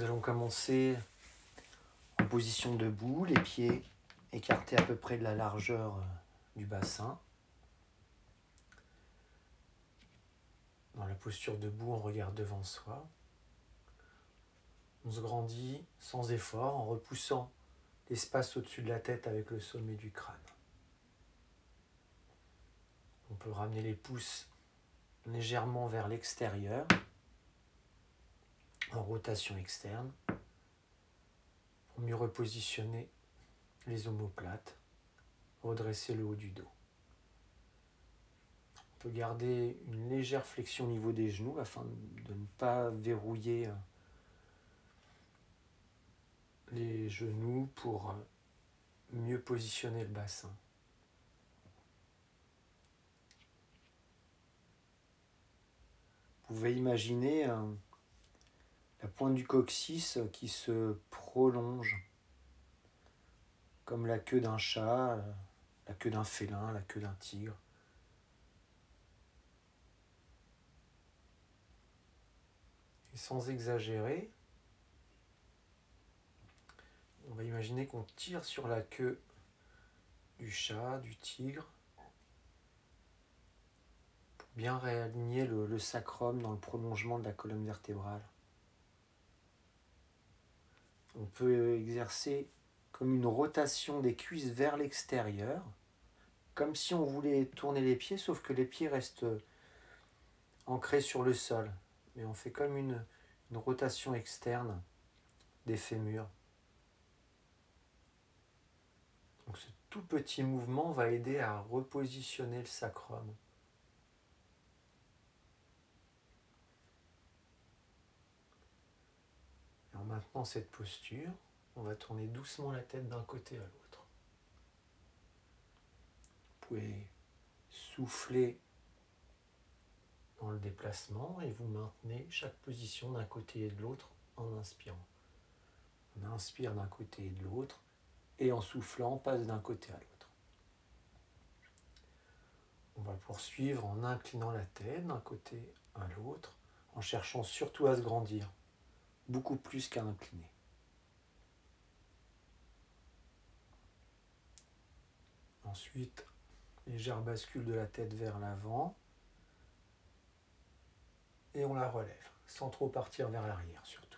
Nous allons commencer en position debout, les pieds écartés à peu près de la largeur du bassin. Dans la posture debout, on regarde devant soi. On se grandit sans effort en repoussant l'espace au-dessus de la tête avec le sommet du crâne. On peut ramener les pouces légèrement vers l'extérieur, en rotation externe, pour mieux repositionner les omoplates, redresser le haut du dos. On peut garder une légère flexion au niveau des genoux afin de ne pas verrouiller les genoux pour mieux positionner le bassin. Vous pouvez imaginer la pointe du coccyx qui se prolonge comme la queue d'un chat, la queue d'un félin, la queue d'un tigre. Et sans exagérer, on va imaginer qu'on tire sur la queue du chat, du tigre, pour bien réaligner le sacrum dans le prolongement de la colonne vertébrale. On peut exercer comme une rotation des cuisses vers l'extérieur, comme si on voulait tourner les pieds, sauf que les pieds restent ancrés sur le sol. Mais on fait comme une rotation externe des fémurs. Donc ce tout petit mouvement va aider à repositionner le sacrum. Alors maintenant cette posture, on va tourner doucement la tête d'un côté à l'autre. Vous pouvez souffler dans le déplacement et vous maintenez chaque position d'un côté et de l'autre en inspirant. On inspire d'un côté et de l'autre et en soufflant, on passe d'un côté à l'autre. On va poursuivre en inclinant la tête d'un côté à l'autre, en cherchant surtout à se grandir, beaucoup plus qu'à incliner. Ensuite, légère bascule de la tête vers l'avant et on la relève, sans trop partir vers l'arrière surtout.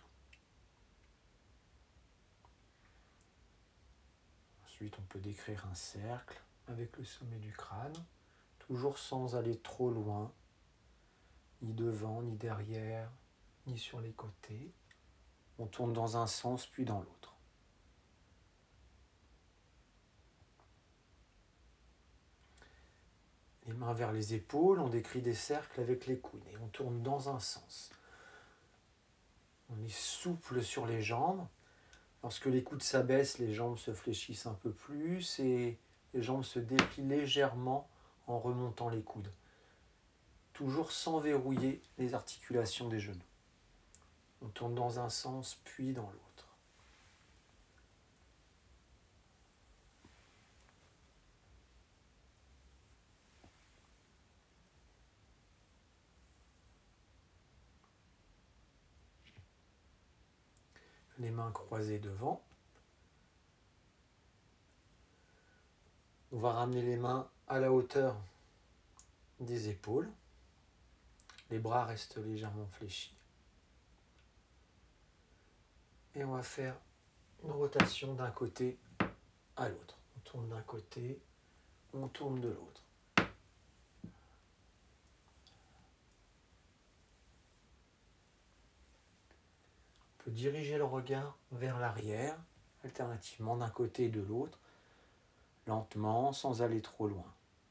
Ensuite, on peut décrire un cercle avec le sommet du crâne, toujours sans aller trop loin, ni devant, ni derrière, ni sur les côtés. On tourne dans un sens puis dans l'autre. Les mains vers les épaules, on décrit des cercles avec les coudes et on tourne dans un sens. On est souple sur les jambes. Lorsque les coudes s'abaissent, les jambes se fléchissent un peu plus et les jambes se déplient légèrement en remontant les coudes. Toujours sans verrouiller les articulations des genoux. On tourne dans un sens puis dans l'autre. Les mains croisées devant. On va ramener les mains à la hauteur des épaules. Les bras restent légèrement fléchis. Et on va faire une rotation d'un côté à l'autre. On tourne d'un côté, on tourne de l'autre. On peut diriger le regard vers l'arrière, alternativement d'un côté et de l'autre, lentement, sans aller trop loin.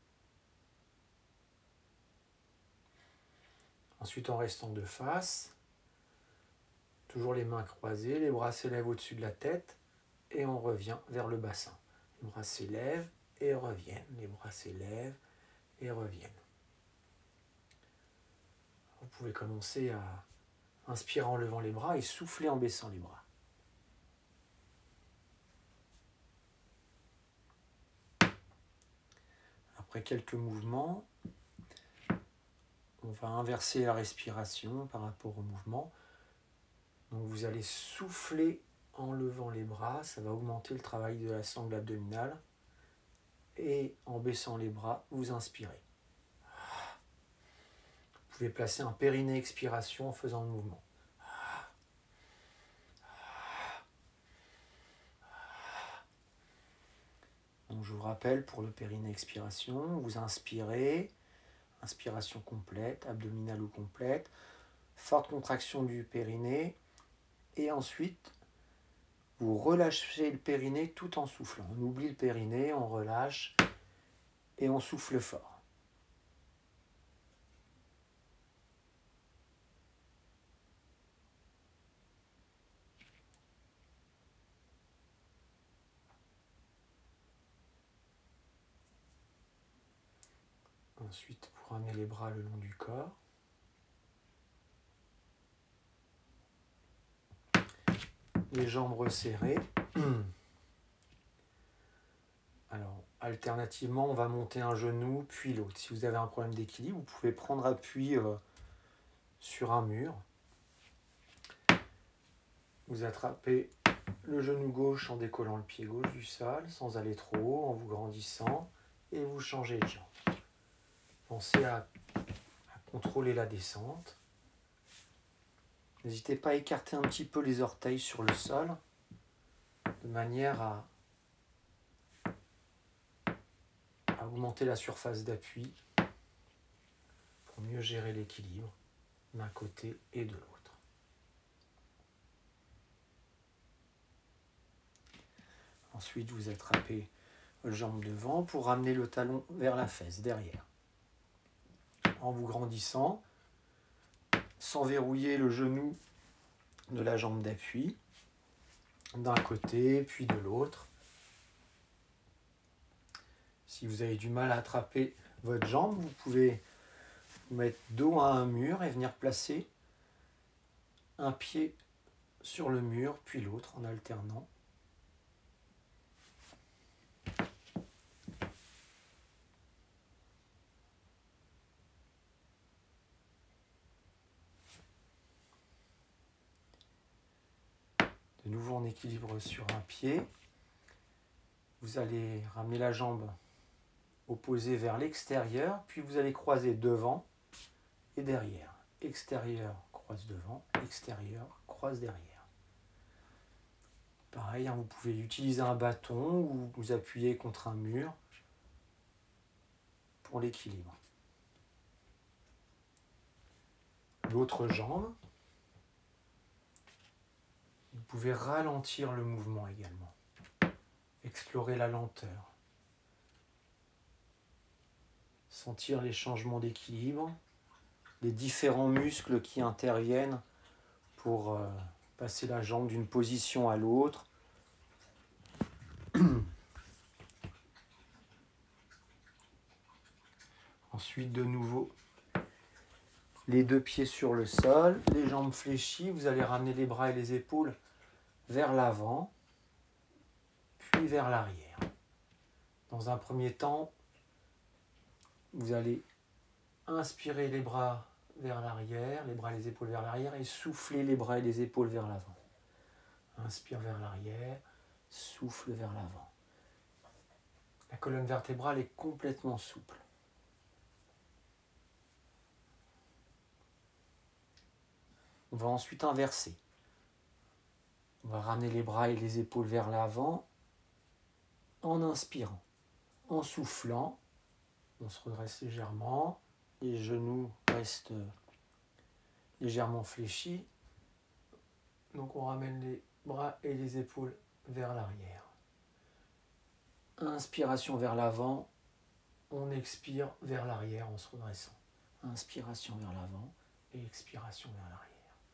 Ensuite, en restant de face, toujours les mains croisées, les bras s'élèvent au-dessus de la tête et on revient vers le bassin. Les bras s'élèvent et reviennent, les bras s'élèvent et reviennent. Vous pouvez commencer à inspirer en levant les bras et souffler en baissant les bras. Après quelques mouvements, on va inverser la respiration par rapport au mouvement. Donc vous allez souffler en levant les bras, ça va augmenter le travail de la sangle abdominale. Et en baissant les bras, vous inspirez. Vous pouvez placer un périnée expiration en faisant le mouvement. Donc je vous rappelle, pour le périnée expiration, vous inspirez, inspiration complète, abdominale ou complète, forte contraction du périnée, et ensuite vous relâchez le périnée tout en soufflant. On oublie le périnée, on relâche et on souffle fort. Ensuite, vous ramenez les bras le long du corps. Les jambes resserrées. Alors, alternativement, on va monter un genou, puis l'autre. Si vous avez un problème d'équilibre, vous pouvez prendre appui sur un mur. Vous attrapez le genou gauche en décollant le pied gauche du sol, sans aller trop haut, en vous grandissant, et vous changez de jambe. Pensez à contrôler la descente. N'hésitez pas à écarter un petit peu les orteils sur le sol, de manière à augmenter la surface d'appui pour mieux gérer l'équilibre d'un côté et de l'autre. Ensuite, vous attrapez la jambe devant pour ramener le talon vers la fesse, derrière. En vous grandissant, sans verrouiller le genou de la jambe d'appui, d'un côté puis de l'autre. Si vous avez du mal à attraper votre jambe, vous pouvez vous mettre dos à un mur et venir placer un pied sur le mur puis l'autre en alternant. De nouveau en équilibre sur un pied. Vous allez ramener la jambe opposée vers l'extérieur, puis vous allez croiser devant et derrière. Extérieur, croise devant, extérieur, croise derrière. Pareil, vous pouvez utiliser un bâton ou vous appuyer contre un mur pour l'équilibre. L'autre jambe. Vous pouvez ralentir le mouvement également. Explorer la lenteur. Sentir les changements d'équilibre, les différents muscles qui interviennent pour passer la jambe d'une position à l'autre. Ensuite, de nouveau, les deux pieds sur le sol, les jambes fléchies. Vous allez ramener les bras et les épaules vers l'avant, puis vers l'arrière. Dans un premier temps, vous allez inspirer les bras vers l'arrière, les bras et les épaules vers l'arrière, et souffler les bras et les épaules vers l'avant. Inspire vers l'arrière, souffle vers l'avant. La colonne vertébrale est complètement souple. On va ensuite inverser. On va ramener les bras et les épaules vers l'avant en inspirant. En soufflant, on se redresse légèrement, les genoux restent légèrement fléchis. Donc on ramène les bras et les épaules vers l'arrière. Inspiration vers l'avant, on expire vers l'arrière en se redressant. Inspiration vers l'avant et expiration vers l'arrière.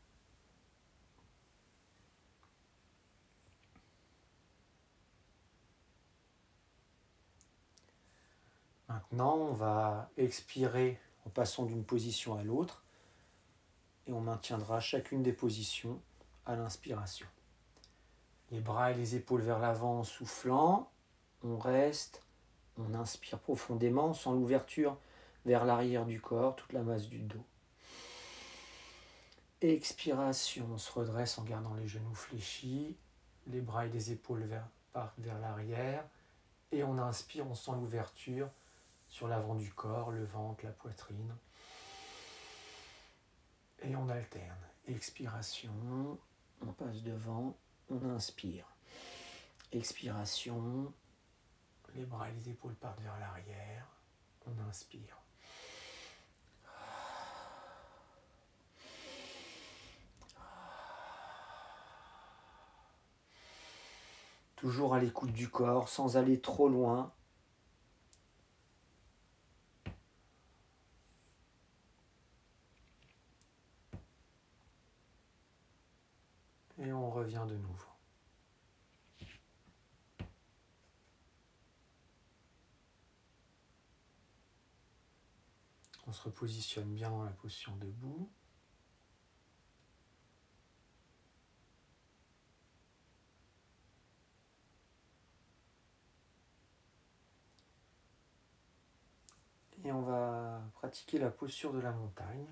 Maintenant, on va expirer en passant d'une position à l'autre et on maintiendra chacune des positions à l'inspiration. Les bras et les épaules vers l'avant en soufflant, on reste, on inspire profondément, sans l'ouverture vers l'arrière du corps, toute la masse du dos. Expiration, on se redresse en gardant les genoux fléchis, les bras et les épaules partent vers l'arrière. Et on inspire, on sent l'ouverture sur l'avant du corps, le ventre, la poitrine. Et on alterne. Expiration, on passe devant, on inspire. Expiration, les bras et les épaules partent vers l'arrière, on inspire. Toujours à l'écoute du corps, sans aller trop loin. Et on revient de nouveau. On se repositionne bien dans la position debout. Et on va pratiquer la posture de la montagne.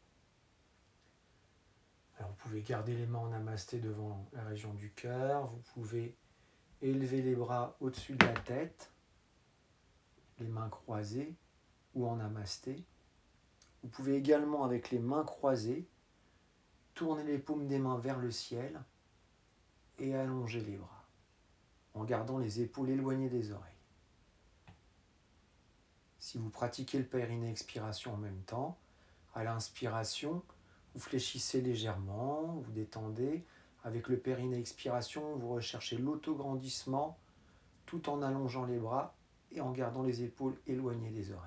Alors vous pouvez garder les mains en namasté devant la région du cœur. Vous pouvez élever les bras au-dessus de la tête, les mains croisées ou en namasté. Vous pouvez également, avec les mains croisées, tourner les paumes des mains vers le ciel et allonger les bras, en gardant les épaules éloignées des oreilles. Si vous pratiquez le périnée expiration en même temps, à l'inspiration, vous fléchissez légèrement, vous détendez. Avec le périnée expiration, vous recherchez l'autograndissement tout en allongeant les bras et en gardant les épaules éloignées des oreilles.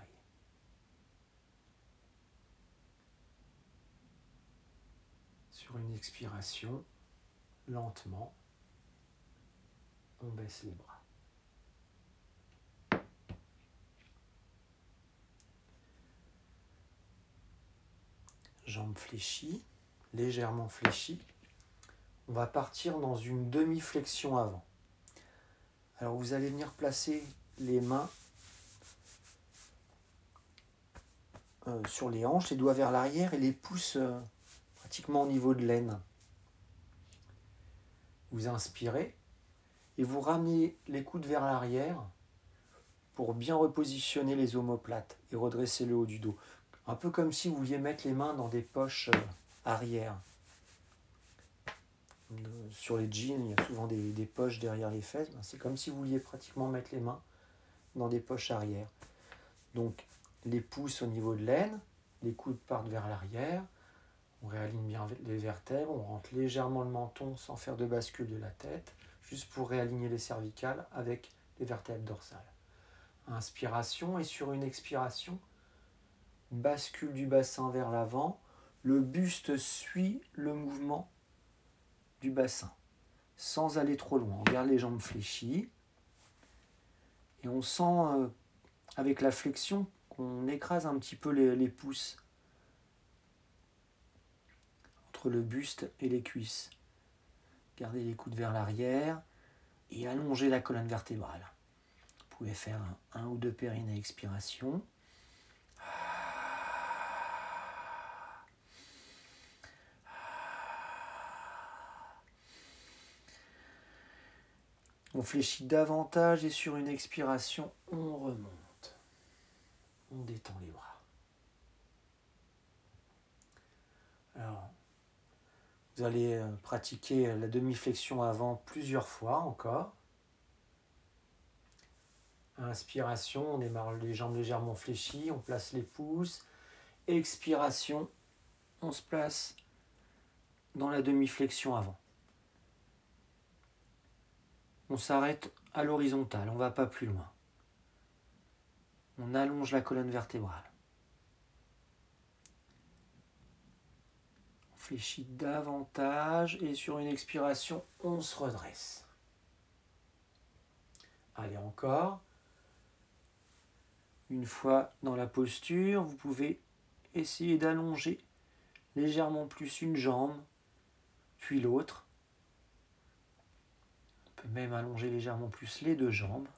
Sur une expiration, lentement, on baisse les bras. Jambes fléchies, légèrement fléchies. On va partir dans une demi-flexion avant. Alors vous allez venir placer les mains sur les hanches, les doigts vers l'arrière et les pouces pratiquement au niveau de l'aine. Vous inspirez et vous ramenez les coudes vers l'arrière pour bien repositionner les omoplates et redresser le haut du dos. Un peu comme si vous vouliez mettre les mains dans des poches arrière. Sur les jeans, il y a souvent des poches derrière les fesses. C'est comme si vous vouliez pratiquement mettre les mains dans des poches arrière. Donc les pouces au niveau de l'aine, les coudes partent vers l'arrière. On réaligne bien les vertèbres, on rentre légèrement le menton sans faire de bascule de la tête, juste pour réaligner les cervicales avec les vertèbres dorsales. Inspiration et sur une expiration, bascule du bassin vers l'avant, le buste suit le mouvement du bassin, sans aller trop loin. On garde les jambes fléchies et on sent avec la flexion qu'on écrase un petit peu les pouces entre le buste et les cuisses. Gardez les coudes vers l'arrière et allongez la colonne vertébrale. Vous pouvez faire un ou deux périnées expiration. On fléchit davantage et sur une expiration, on remonte. On détend les bras. Alors, vous allez pratiquer la demi-flexion avant plusieurs fois encore. Inspiration, on démarre les jambes légèrement fléchies, on place les pouces. Expiration, on se place dans la demi-flexion avant. On s'arrête à l'horizontale, on ne va pas plus loin. On allonge la colonne vertébrale. On fléchit davantage et sur une expiration, on se redresse. Allez, encore. Une fois dans la posture, vous pouvez essayer d'allonger légèrement plus une jambe, puis l'autre. On peut même allonger légèrement plus les deux jambes.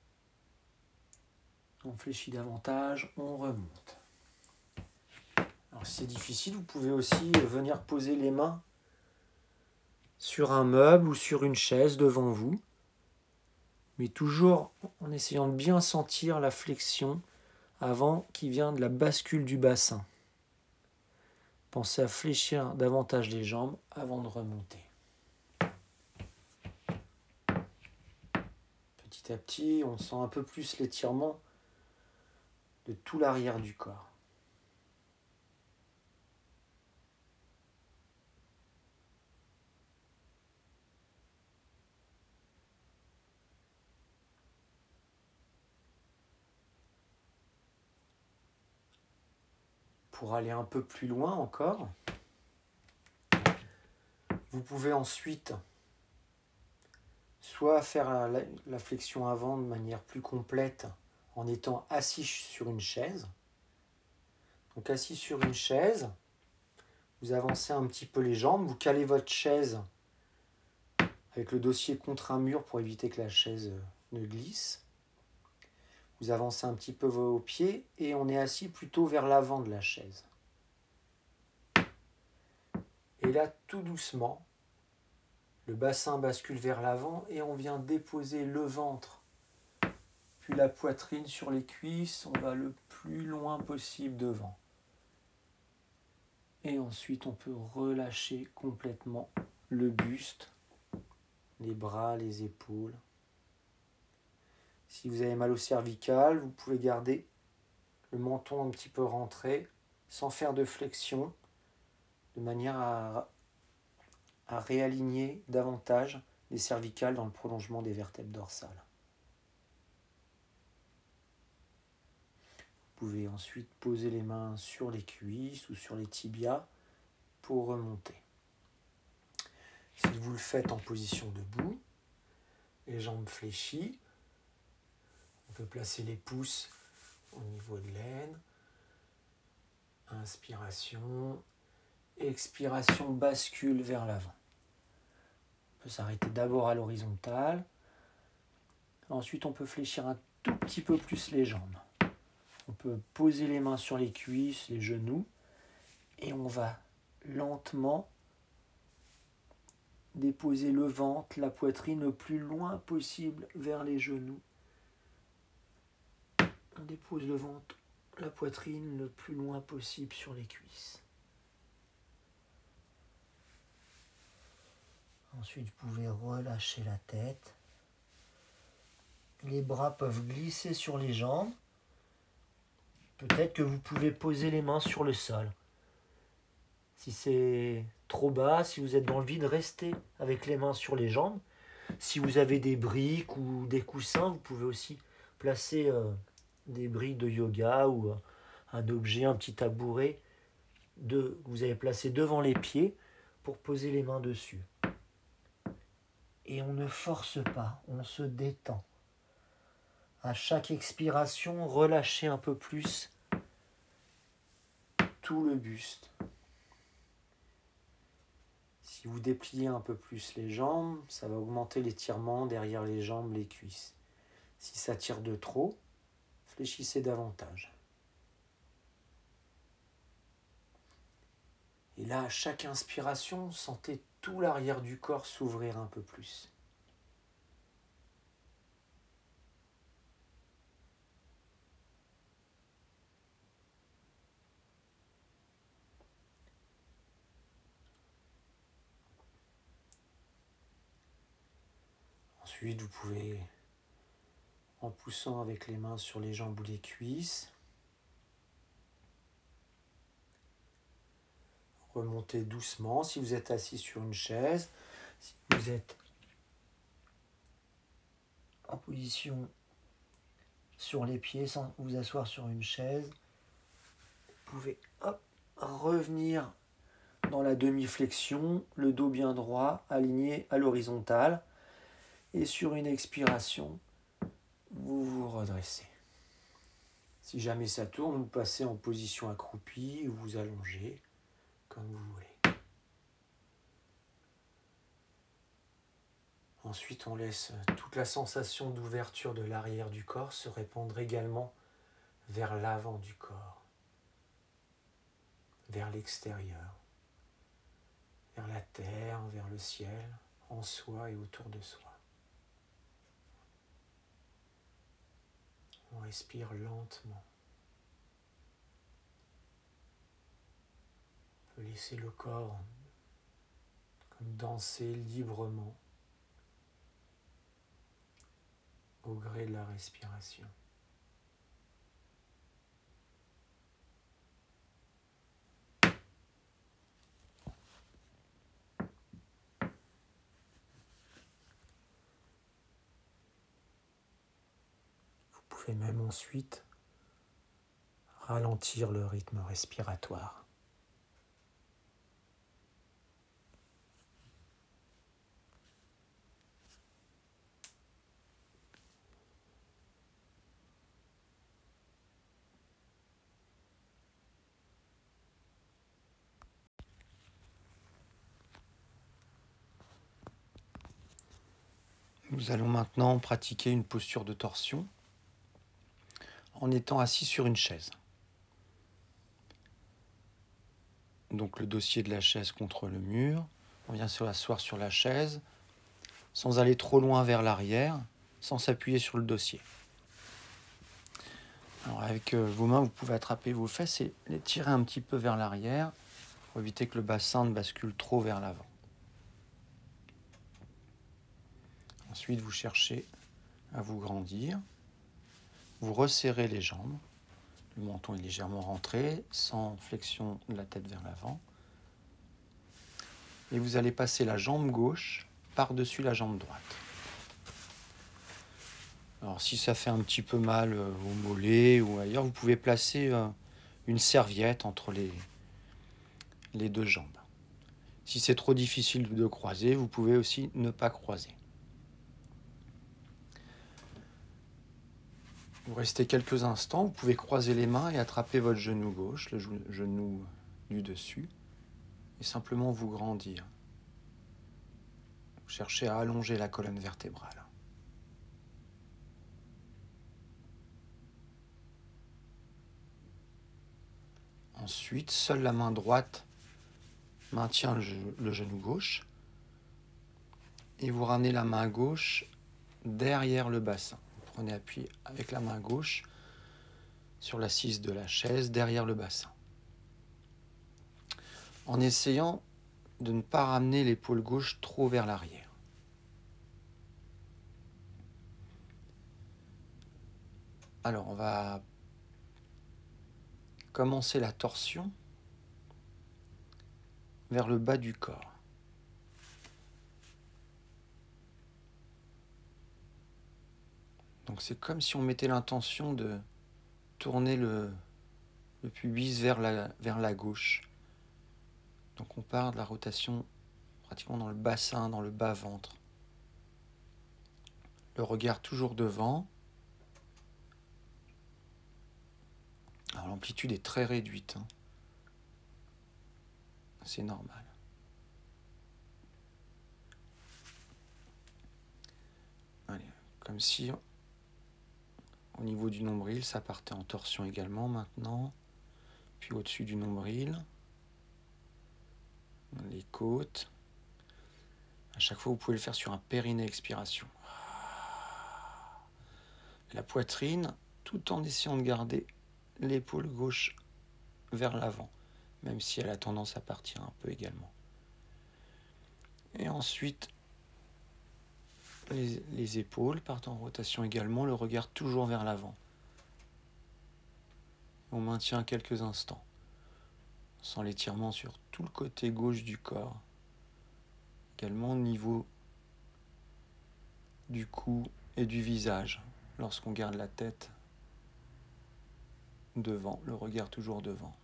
On fléchit davantage, on remonte. Alors, si c'est difficile, vous pouvez aussi venir poser les mains sur un meuble ou sur une chaise devant vous, mais toujours en essayant de bien sentir la flexion avant qui vient de la bascule du bassin. Pensez à fléchir davantage les jambes avant de remonter. Petit à petit, on sent un peu plus l'étirement de tout l'arrière du corps. Pour aller un peu plus loin encore, vous pouvez ensuite soit faire la flexion avant de manière plus complète en étant assis sur une chaise. Donc assis sur une chaise, vous avancez un petit peu les jambes, vous calez votre chaise avec le dossier contre un mur pour éviter que la chaise ne glisse. Vous avancez un petit peu vos pieds et on est assis plutôt vers l'avant de la chaise. Et là, tout doucement, le bassin bascule vers l'avant et on vient déposer le ventre, puis la poitrine sur les cuisses. On va le plus loin possible devant. Et ensuite, on peut relâcher complètement le buste, les bras, les épaules. Si vous avez mal au cervical, vous pouvez garder le menton un petit peu rentré, sans faire de flexion, de manière à réaligner davantage les cervicales dans le prolongement des vertèbres dorsales. Vous pouvez ensuite poser les mains sur les cuisses ou sur les tibias pour remonter. Si vous le faites en position debout, les jambes fléchies, on peut placer les pouces au niveau de l'aine. Inspiration, expiration, bascule vers l'avant. On peut s'arrêter d'abord à l'horizontale. Ensuite, on peut fléchir un tout petit peu plus les jambes. On peut poser les mains sur les cuisses, les genoux, et on va lentement déposer le ventre, la poitrine le plus loin possible vers les genoux. On dépose le ventre, la poitrine le plus loin possible sur les cuisses. Ensuite, vous pouvez relâcher la tête. Les bras peuvent glisser sur les jambes. Peut-être que vous pouvez poser les mains sur le sol. Si c'est trop bas, si vous êtes dans le vide, restez avec les mains sur les jambes. Si vous avez des briques ou des coussins, vous pouvez aussi placer des briques de yoga ou un objet, un petit tabouret que vous avez placé devant les pieds pour poser les mains dessus. Et on ne force pas, on se détend. À chaque expiration, relâchez un peu plus tout le buste. Si vous dépliez un peu plus les jambes, ça va augmenter l'étirement derrière les jambes, les cuisses. Si ça tire de trop, fléchissez davantage. Et là, à chaque inspiration, sentez tout l'arrière du corps s'ouvrir un peu plus. Ensuite, vous pouvez, en poussant avec les mains sur les jambes ou les cuisses, remonter doucement. Si vous êtes assis sur une chaise, si vous êtes en position sur les pieds sans vous asseoir sur une chaise, vous pouvez revenir dans la demi-flexion, le dos bien droit, aligné à l'horizontale. Et sur une expiration, vous vous redressez. Si jamais ça tourne, vous passez en position accroupie ou vous allongez, comme vous voulez. Ensuite, on laisse toute la sensation d'ouverture de l'arrière du corps se répandre également vers l'avant du corps. vers l'extérieur, vers la terre, vers le ciel, en soi et autour de soi. On respire lentement. On peut laisser le corps comme danser librement au gré de la respiration. Vous pouvez même ensuite ralentir le rythme respiratoire. Nous allons maintenant pratiquer une posture de torsion en étant assis sur une chaise. Donc le dossier de la chaise contre le mur. On vient se rasseoir sur la chaise sans aller trop loin vers l'arrière, sans s'appuyer sur le dossier. Alors avec vos mains, vous pouvez attraper vos fesses et les tirer un petit peu vers l'arrière pour éviter que le bassin ne bascule trop vers l'avant. Ensuite, vous cherchez à vous grandir. Vous resserrez les jambes. Le menton est légèrement rentré, sans flexion de la tête vers l'avant. Et vous allez passer la jambe gauche par-dessus la jambe droite. Alors si ça fait un petit peu mal au mollet ou ailleurs, vous pouvez placer une serviette entre les deux jambes. Si c'est trop difficile de croiser, vous pouvez aussi ne pas croiser. Vous restez quelques instants, vous pouvez croiser les mains et attraper votre genou gauche, le genou du dessus, et simplement vous grandir. Vous cherchez à allonger la colonne vertébrale. Ensuite, seule la main droite maintient le genou gauche et vous ramenez la main gauche derrière le bassin. Vous prenez appui avec la main gauche sur l'assise de la chaise derrière le bassin. En essayant de ne pas ramener l'épaule gauche trop vers l'arrière. Alors, on va commencer la torsion vers le bas du corps. Donc c'est comme si on mettait l'intention de tourner le pubis vers la gauche. Donc on part de la rotation pratiquement dans le bassin, dans le bas-ventre. Le regard toujours devant. Alors l'amplitude est très réduite. C'est normal. Allez, comme si au niveau du nombril, ça partait en torsion également maintenant. Puis au-dessus du nombril, les côtes. À chaque fois, vous pouvez le faire sur un périnée expiration. La poitrine, tout en essayant de garder l'épaule gauche vers l'avant, même si elle a tendance à partir un peu également. Et ensuite, les épaules partent en rotation également, le regard toujours vers l'avant. On maintient quelques instants, sans l'étirement sur tout le côté gauche du corps, également au niveau du cou et du visage, lorsqu'on garde la tête devant, le regard toujours devant.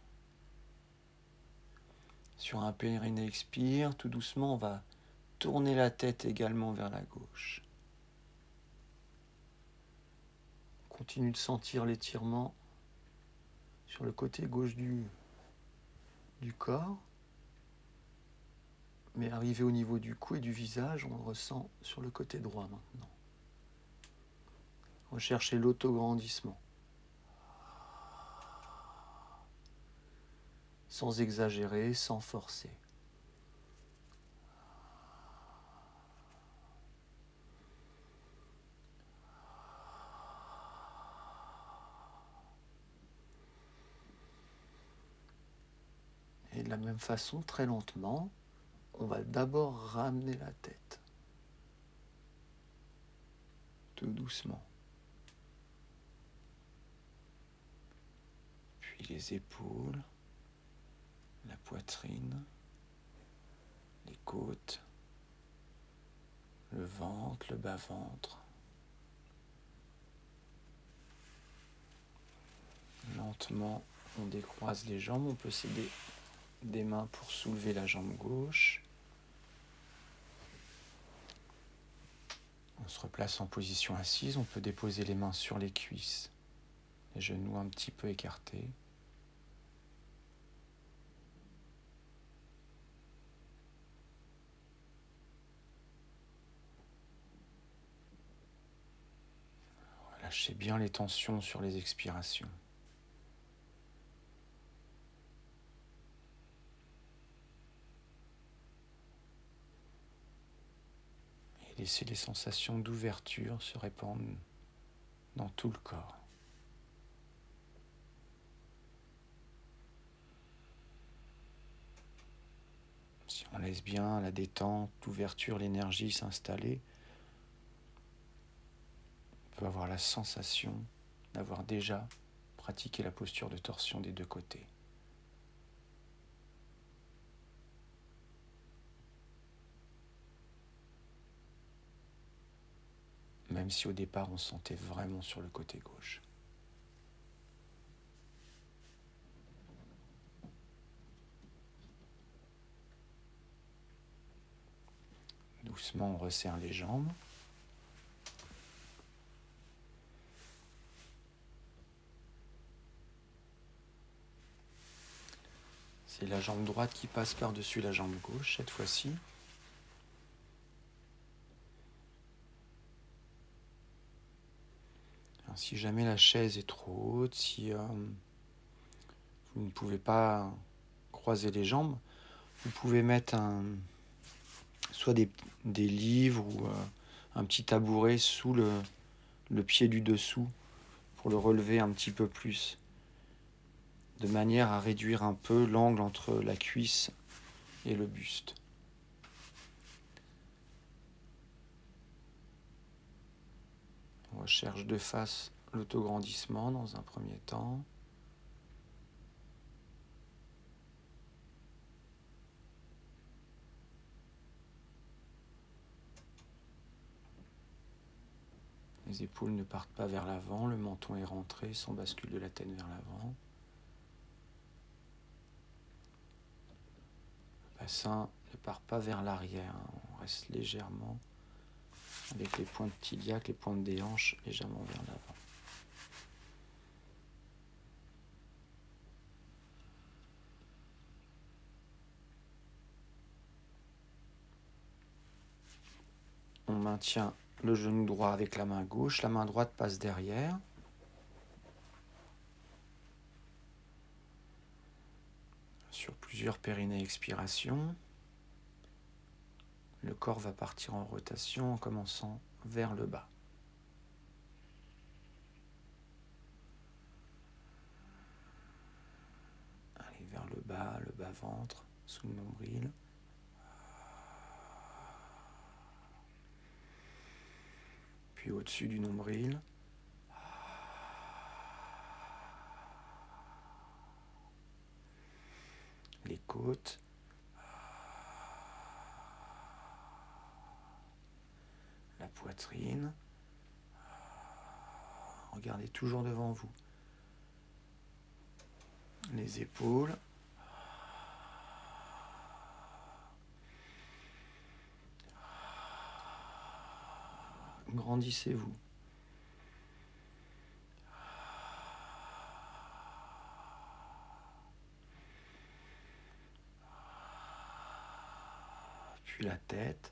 Sur un périnée expire, tout doucement, on va tourner la tête également vers la gauche. On continue de sentir l'étirement sur le côté gauche du corps. Mais arrivé au niveau du cou et du visage, on le ressent sur le côté droit maintenant. Recherchez l'autograndissement. sans exagérer, sans forcer. Et de la même façon, très lentement, on va d'abord ramener la tête. Tout doucement. Puis les épaules, la poitrine, les côtes, le ventre, le bas-ventre. Lentement, on décroise les jambes. On peut s'aider des mains pour soulever la jambe gauche. On se replace en position assise. On peut déposer les mains sur les cuisses, les genoux un petit peu écartés. Lâchez bien les tensions sur les expirations. Et laissez les sensations d'ouverture se répandre dans tout le corps. Si on laisse bien la détente, l'ouverture, l'énergie s'installer, on peut avoir la sensation d'avoir déjà pratiqué la posture de torsion des deux côtés. Même si au départ on se sentait vraiment sur le côté gauche. Doucement, on resserre les jambes. C'est la jambe droite qui passe par-dessus la jambe gauche cette fois-ci. Alors, si jamais la chaise est trop haute, si vous ne pouvez pas croiser les jambes, vous pouvez mettre soit des livres ou un petit tabouret sous le pied du dessous pour le relever un petit peu plus, de manière à réduire un peu l'angle entre la cuisse et le buste. On recherche de face l'autograndissement dans un premier temps. Les épaules ne partent pas vers l'avant, le menton est rentré sans bascule de la tête vers l'avant. Le bassin ne part pas vers l'arrière, on reste légèrement avec les pointes iliaques, les pointes des hanches légèrement vers l'avant. On maintient le genou droit avec la main gauche, la main droite passe derrière. Sur plusieurs périnées expirations, le corps va partir en rotation en commençant vers le bas. Allez vers le bas-ventre, sous le nombril. Puis au-dessus du nombril. Les côtes. La poitrine. Regardez toujours devant vous. Les épaules. Grandissez-vous. Puis la tête.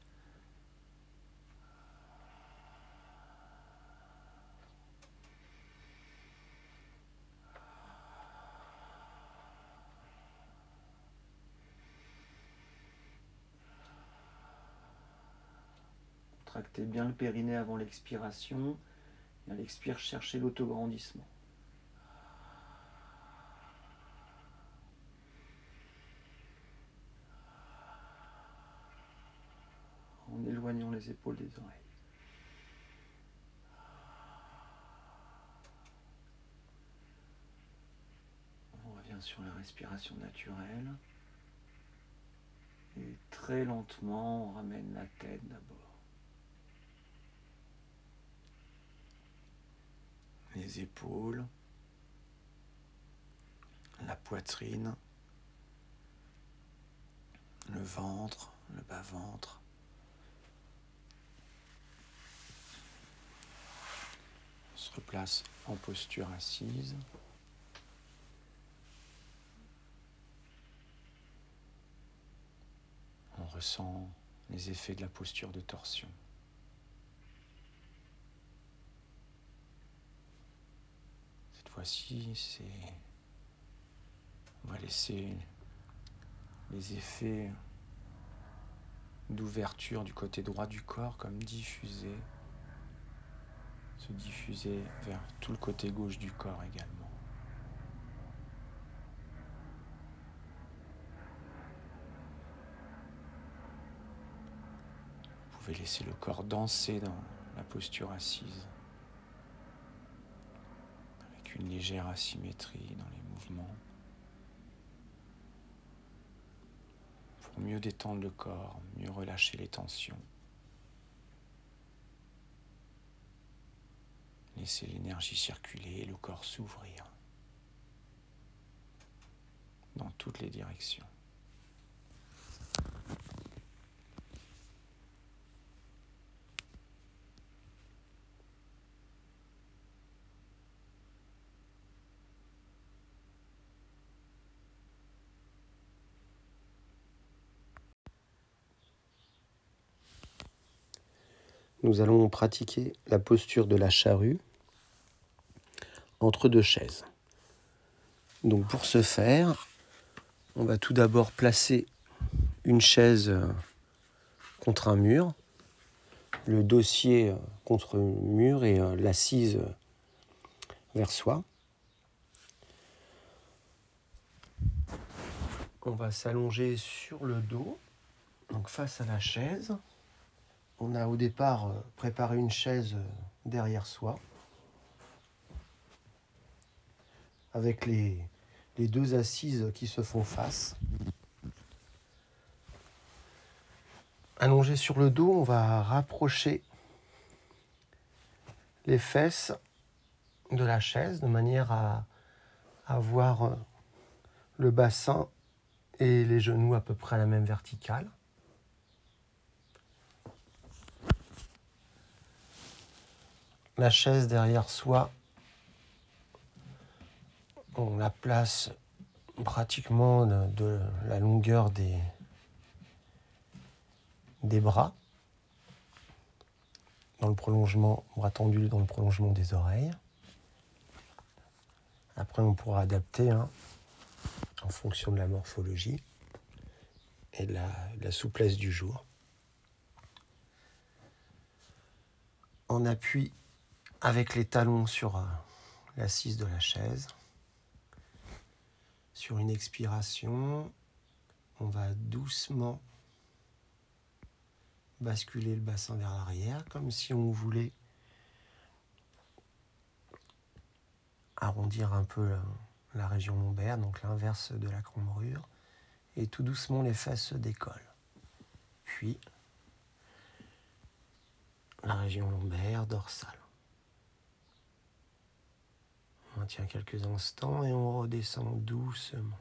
Contractez bien le périnée avant l'expiration. Et à l'expire, cherchez l'autograndissement. En éloignant les épaules des oreilles. On revient sur la respiration naturelle. Et très lentement, on ramène la tête d'abord. Les épaules, la poitrine, le ventre, le bas-ventre. On se replace en posture assise. On ressent les effets de la posture de torsion. Cette fois-ci, on va laisser les effets d'ouverture du côté droit du corps comme se diffuser vers tout le côté gauche du corps également. Vous pouvez laisser le corps danser dans la posture assise, avec une légère asymétrie dans les mouvements, pour mieux détendre le corps, mieux relâcher les tensions. Laissez l'énergie circuler et le corps s'ouvrir dans toutes les directions. Nous allons pratiquer la posture de la charrue entre deux chaises. Donc pour ce faire, on va tout d'abord placer une chaise contre un mur, le dossier contre le mur et l'assise vers soi. On va s'allonger sur le dos, donc face à la chaise. On a au départ préparé une chaise derrière soi, avec les deux assises qui se font face. Allongé sur le dos, on va rapprocher les fesses de la chaise de manière à avoir le bassin et les genoux à peu près à la même verticale. La chaise derrière soi, on la place pratiquement de la longueur des bras, dans le prolongement, bras tendus dans le prolongement des oreilles. Après, on pourra adapter en fonction de la morphologie et de la souplesse du jour. En appui avec les talons sur l'assise de la chaise. Sur une expiration, on va doucement basculer le bassin vers l'arrière, comme si on voulait arrondir un peu la région lombaire, donc l'inverse de la cambrure, et tout doucement les fesses se décollent. Puis, la région lombaire, dorsale. On maintient quelques instants et on redescend doucement.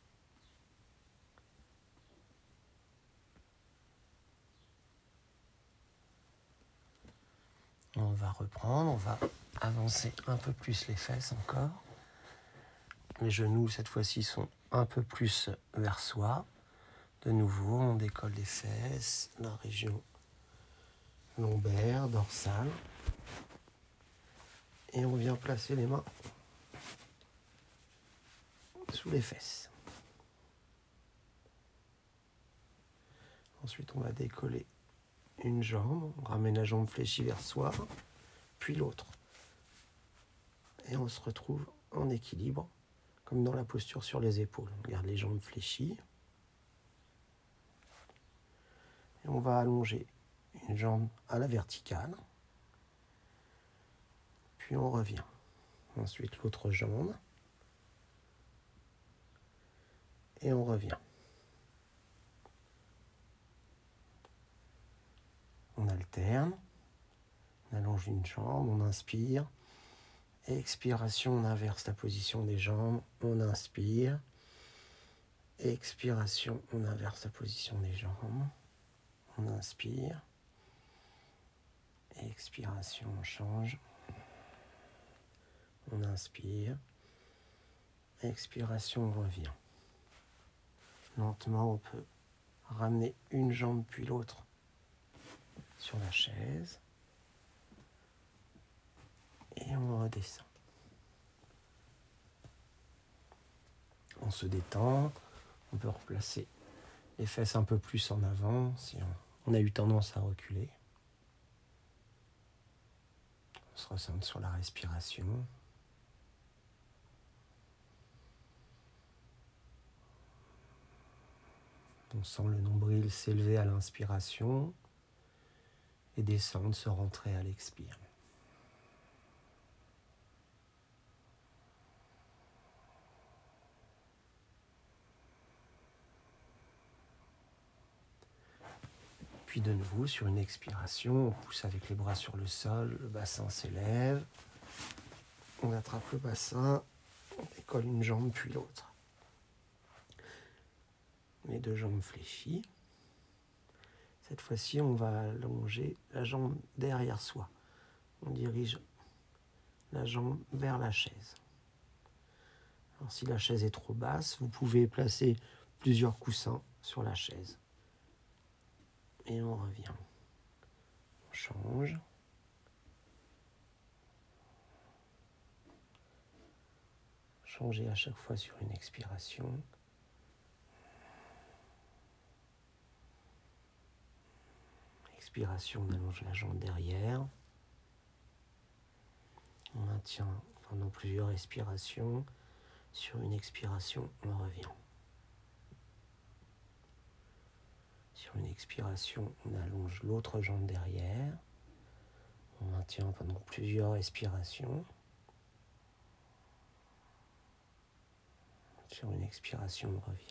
On va reprendre, on va avancer un peu plus les fesses encore. Les genoux, cette fois-ci, sont un peu plus vers soi. De nouveau, on décolle les fesses, la région lombaire, dorsale. Et on vient placer les mains sous les fesses. Ensuite, on va décoller une jambe, on ramène la jambe fléchie vers soi, puis l'autre. Et on se retrouve en équilibre, comme dans la posture sur les épaules. On garde les jambes fléchies. Et on va allonger une jambe à la verticale. Puis on revient. Ensuite l'autre jambe. Et on revient. On alterne. On allonge une jambe, on inspire. Expiration, on inverse la position des jambes. On inspire. Expiration, on inverse la position des jambes. On inspire. Expiration, on change. On inspire. Expiration, on revient. Lentement, on peut ramener une jambe puis l'autre sur la chaise. Et on redescend. On se détend. On peut replacer les fesses un peu plus en avant si on a eu tendance à reculer. On se recentre sur la respiration. On sent le nombril s'élever à l'inspiration et descendre, se rentrer à l'expire. Puis de nouveau, sur une expiration, on pousse avec les bras sur le sol, le bassin s'élève, on attrape le bassin, on décolle une jambe puis l'autre. Les deux jambes fléchies. Cette fois-ci, on va allonger la jambe derrière soi. On dirige la jambe vers la chaise. Alors, si la chaise est trop basse, vous pouvez placer plusieurs coussins sur la chaise. Et on revient. On change. Changez à chaque fois sur une expiration. Expiration, on allonge la jambe derrière. On maintient pendant plusieurs respirations. Sur une expiration, on revient. Sur une expiration, on allonge l'autre jambe derrière. On maintient pendant plusieurs respirations. Sur une expiration, on revient.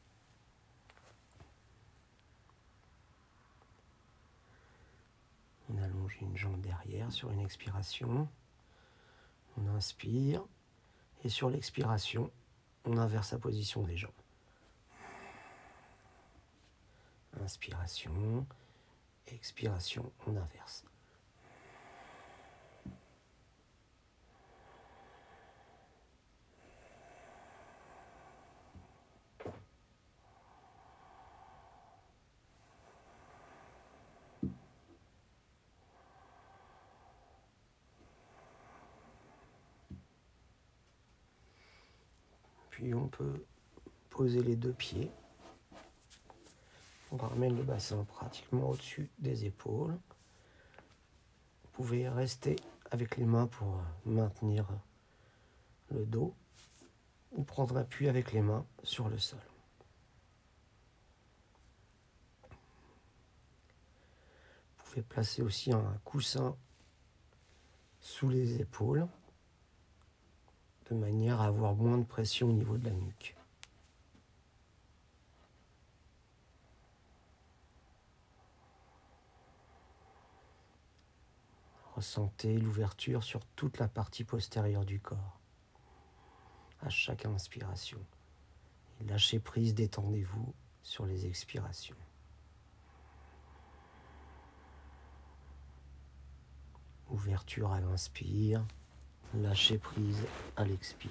On allonge une jambe derrière sur une expiration. On inspire. Et sur l'expiration, on inverse la position des jambes. Inspiration. Expiration, on inverse. Puis on peut poser les deux pieds. On ramène le bassin pratiquement au-dessus des épaules. Vous pouvez rester avec les mains pour maintenir le dos ou prendre appui avec les mains sur le sol. Vous pouvez placer aussi un coussin sous les épaules de manière à avoir moins de pression au niveau de la nuque. Ressentez l'ouverture sur toute la partie postérieure du corps à chaque inspiration. Et lâchez prise, détendez-vous sur les expirations. Ouverture à l'inspire, lâchez prise à l'expire.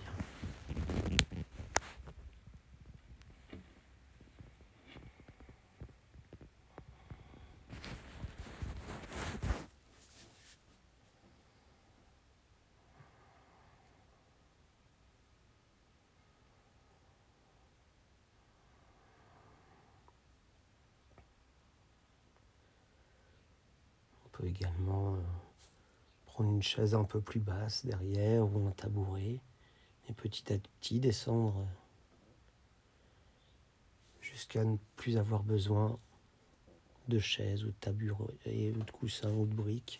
peut également prendre une chaise un peu plus basse derrière ou un tabouret et petit à petit descendre jusqu'à ne plus avoir besoin de chaise ou de tabouret ou de coussin ou de briques.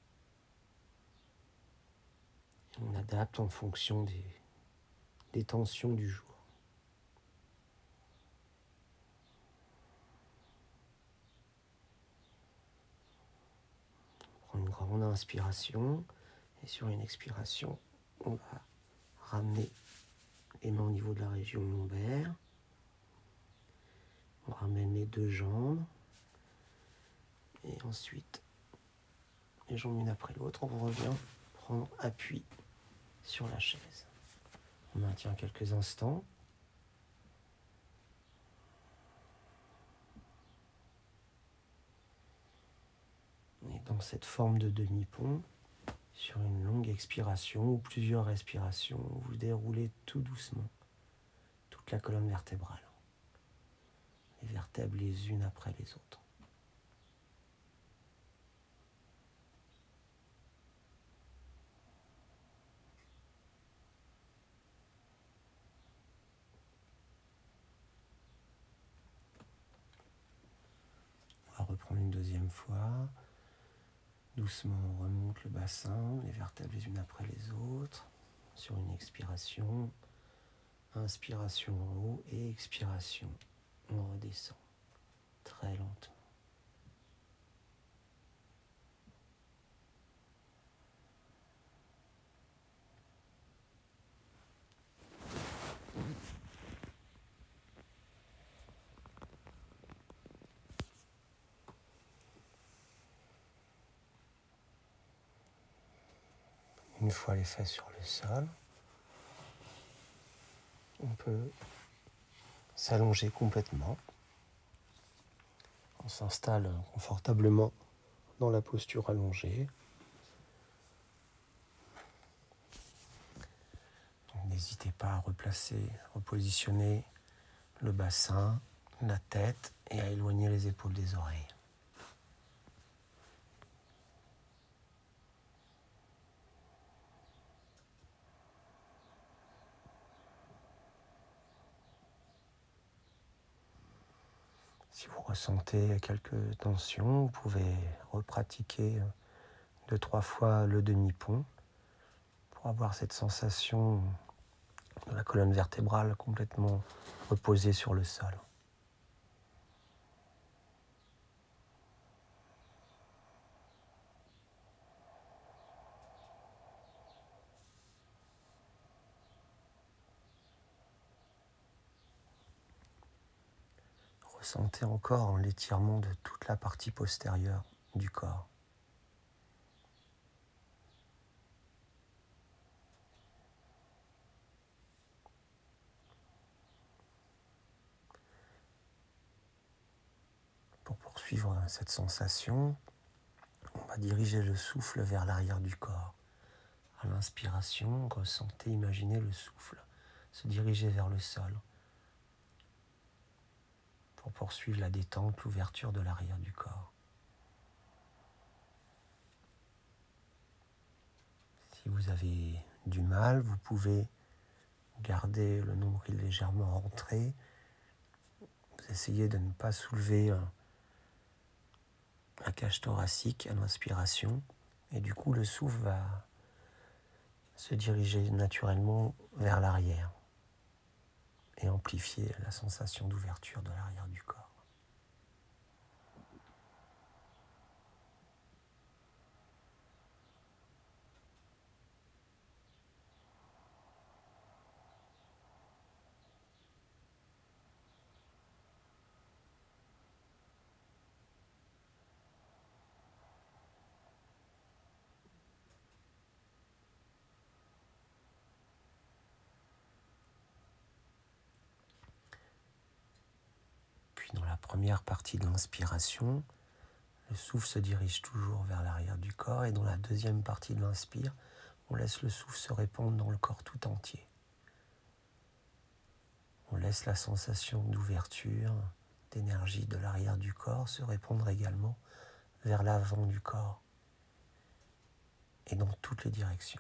Et on adapte en fonction des tensions du jour. On prend une grande inspiration et sur une expiration, on va ramener les mains au niveau de la région lombaire. On ramène les deux jambes et ensuite les jambes une après l'autre. On revient prendre appui sur la chaise. On maintient quelques instants. Et dans cette forme de demi-pont, sur une longue expiration ou plusieurs respirations, vous déroulez tout doucement toute la colonne vertébrale. Les vertèbres les unes après les autres. On va reprendre une deuxième fois. Doucement, on remonte le bassin, les vertèbres les unes après les autres. Sur une expiration, inspiration en haut et expiration, on redescend très lentement. Une fois les fesses sur le sol, on peut s'allonger complètement. On s'installe confortablement dans la posture allongée. N'hésitez pas à repositionner le bassin, la tête et à éloigner les épaules des oreilles. Si vous ressentez quelques tensions, vous pouvez repratiquer 2-3 fois le demi-pont pour avoir cette sensation de la colonne vertébrale complètement reposée sur le sol. Ressentez encore l'étirement de toute la partie postérieure du corps. Pour poursuivre cette sensation, on va diriger le souffle vers l'arrière du corps. À l'inspiration, ressentez, imaginez le souffle se diriger vers le sol pour poursuivre la détente, l'ouverture de l'arrière du corps. Si vous avez du mal, vous pouvez garder le nombril légèrement rentré. Vous essayez de ne pas soulever la cage thoracique à l'inspiration et du coup le souffle va se diriger naturellement vers l'arrière et amplifier la sensation d'ouverture de l'arrière du corps. Puis dans la première partie de l'inspiration, le souffle se dirige toujours vers l'arrière du corps et dans la deuxième partie de l'inspire, on laisse le souffle se répandre dans le corps tout entier. On laisse la sensation d'ouverture, d'énergie de l'arrière du corps se répandre également vers l'avant du corps, et dans toutes les directions.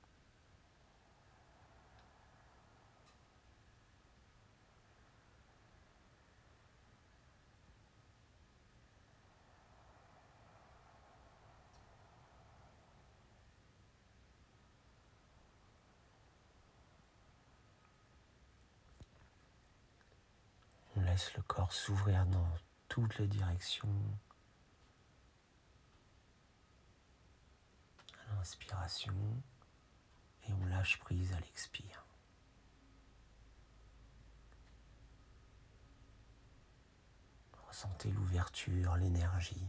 On laisse le corps s'ouvrir dans toutes les directions. À l'inspiration, et on lâche prise à l'expire. Ressentez l'ouverture, l'énergie,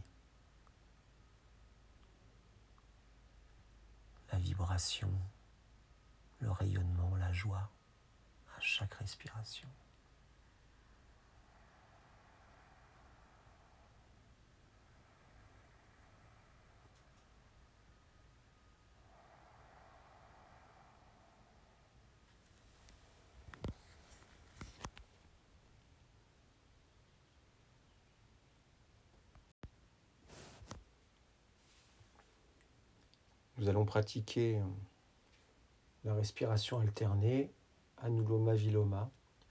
la vibration, le rayonnement, la joie à chaque respiration. Nous allons pratiquer la respiration alternée, Anuloma Viloma.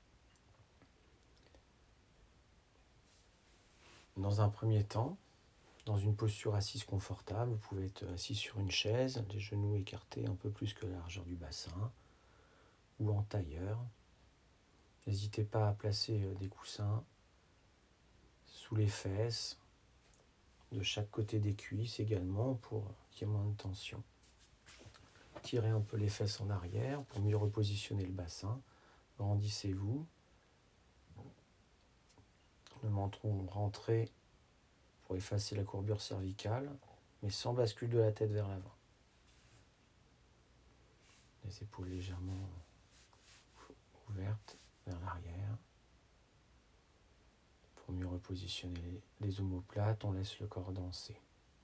Dans un premier temps, dans une posture assise confortable, vous pouvez être assis sur une chaise, les genoux écartés un peu plus que la largeur du bassin, ou en tailleur. N'hésitez pas à placer des coussins sous les fesses, de chaque côté des cuisses également, pour qu'il y ait moins de tension. Tirez un peu les fesses en arrière pour mieux repositionner le bassin. Grandissez-vous. Le menton rentré pour effacer la courbure cervicale, mais sans bascule de la tête vers l'avant. Les épaules légèrement ouvertes vers l'arrière. Pour mieux repositionner les omoplates, on laisse le corps danser.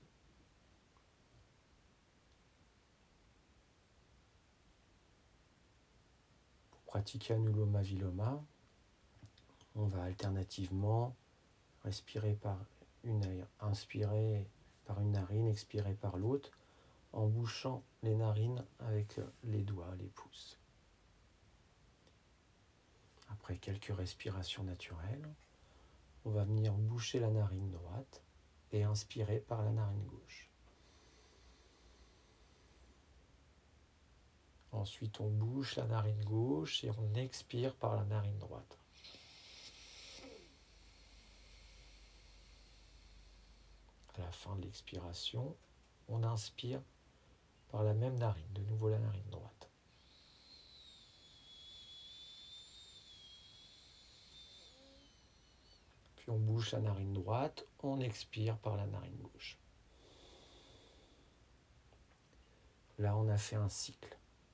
Pour pratiquer Anuloma Viloma, on va alternativement respirer par inspirer par une narine, expirer par l'autre, en bouchant les narines avec les doigts, les pouces. Après quelques respirations naturelles, on va venir boucher la narine droite et inspirer par la narine gauche. Ensuite, on bouche la narine gauche et on expire par la narine droite. À la fin de l'expiration, on inspire par la même narine, de nouveau la narine droite. Puis on bouche la narine droite, on expire par la narine gauche. Là, on a fait un cycle.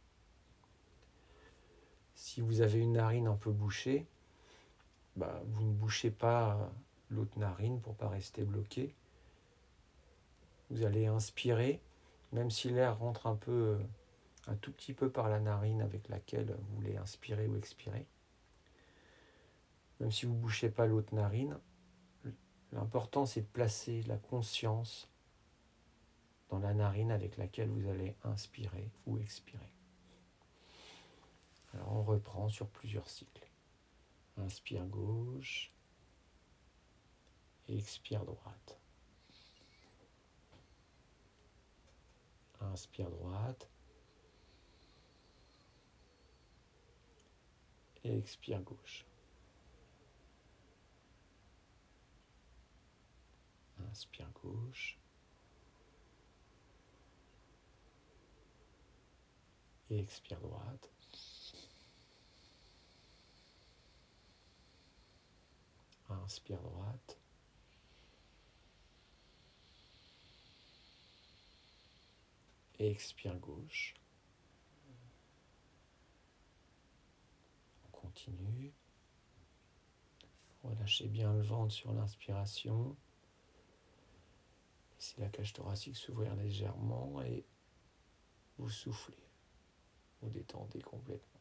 Si vous avez une narine un peu bouchée, vous ne bouchez pas l'autre narine pour ne pas rester bloqué. Vous allez inspirer, même si l'air rentre un tout petit peu par la narine avec laquelle vous voulez inspirer ou expirer. Même si vous ne bouchez pas l'autre narine, l'important c'est de placer la conscience dans la narine avec laquelle vous allez inspirer ou expirer. Alors on reprend sur plusieurs cycles. Inspire gauche, et expire droite. Inspire droite, et expire gauche. Inspire gauche, et expire droite. Inspire droite. Et expire gauche. On continue. Relâchez bien le ventre sur l'inspiration. Laissez la cage thoracique s'ouvrir légèrement et vous soufflez. Vous détendez complètement.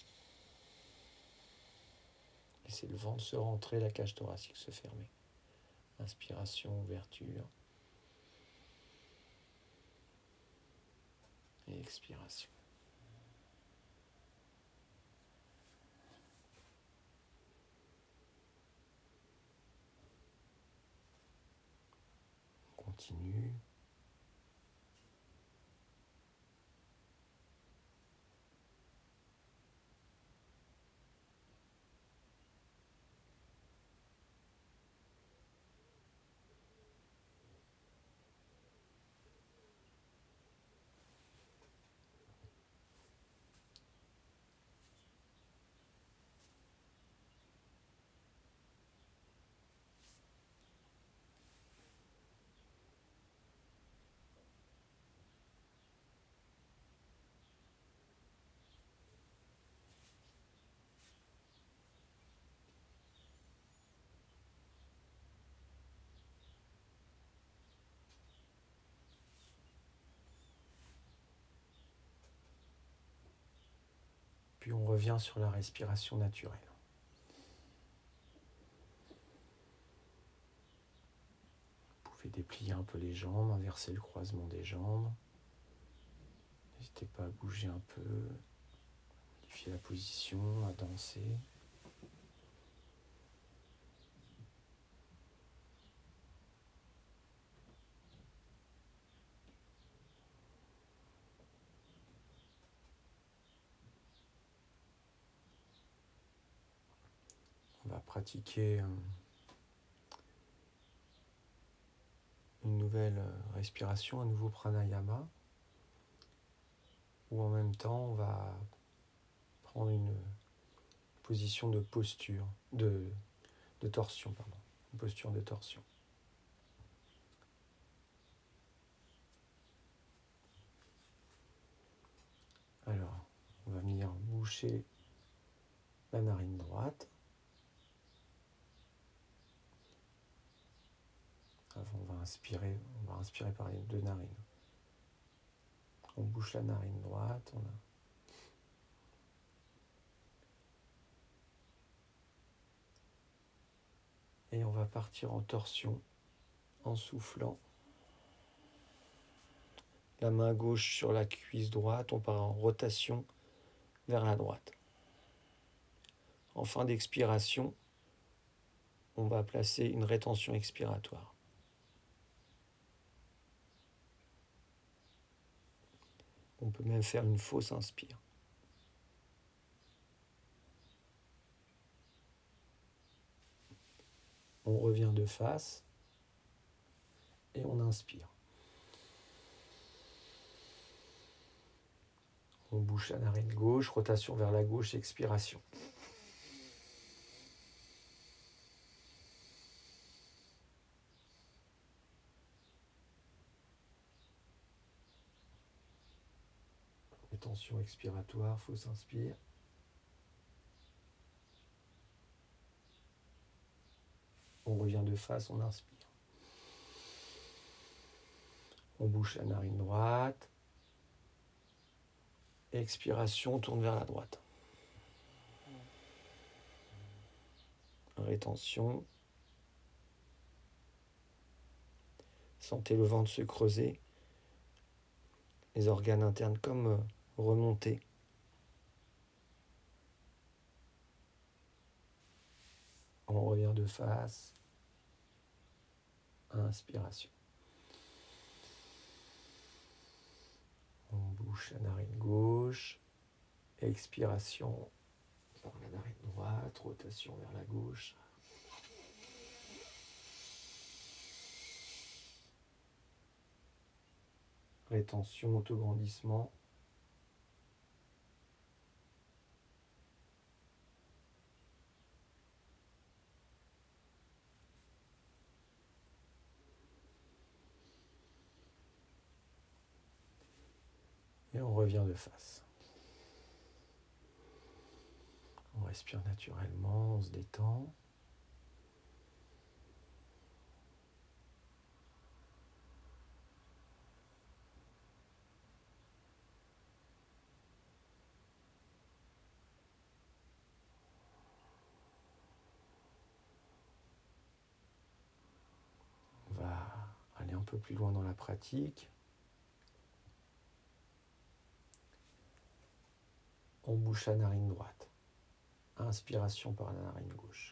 Laissez le ventre se rentrer, la cage thoracique se fermer. Inspiration, ouverture. et expiration. On continue. Puis on revient sur la respiration naturelle. Vous pouvez déplier un peu les jambes, inverser le croisement des jambes. N'hésitez pas à bouger un peu, modifier la position, à danser. On va pratiquer une nouvelle respiration, un nouveau pranayama, où en même temps on va prendre une position de posture, de torsion, pardon, une posture de torsion. Alors, on va venir boucher la narine droite. Avant, on va inspirer par les deux narines. On bouche la narine droite, et on va partir en torsion en soufflant. La main gauche sur la cuisse droite, on part en rotation vers la droite. En fin d'expiration, on va placer une rétention expiratoire. On peut même faire une fausse inspire. On revient de face et on inspire. On bouche la narine gauche, rotation vers la gauche, expiration. Rétention expiratoire, fausse inspire. On revient de face, on inspire. On bouche la narine droite. Expiration, on tourne vers la droite. Rétention. Sentez le ventre se creuser. Les organes internes comme remonter. On revient de face. Inspiration. On bouche la narine gauche. Expiration vers la narine droite. Rotation vers la gauche. Rétention, autograndissement. Et on revient de face. On respire naturellement, on se détend. On va aller un peu plus loin dans la pratique. On bouche la narine droite. Inspiration par la narine gauche.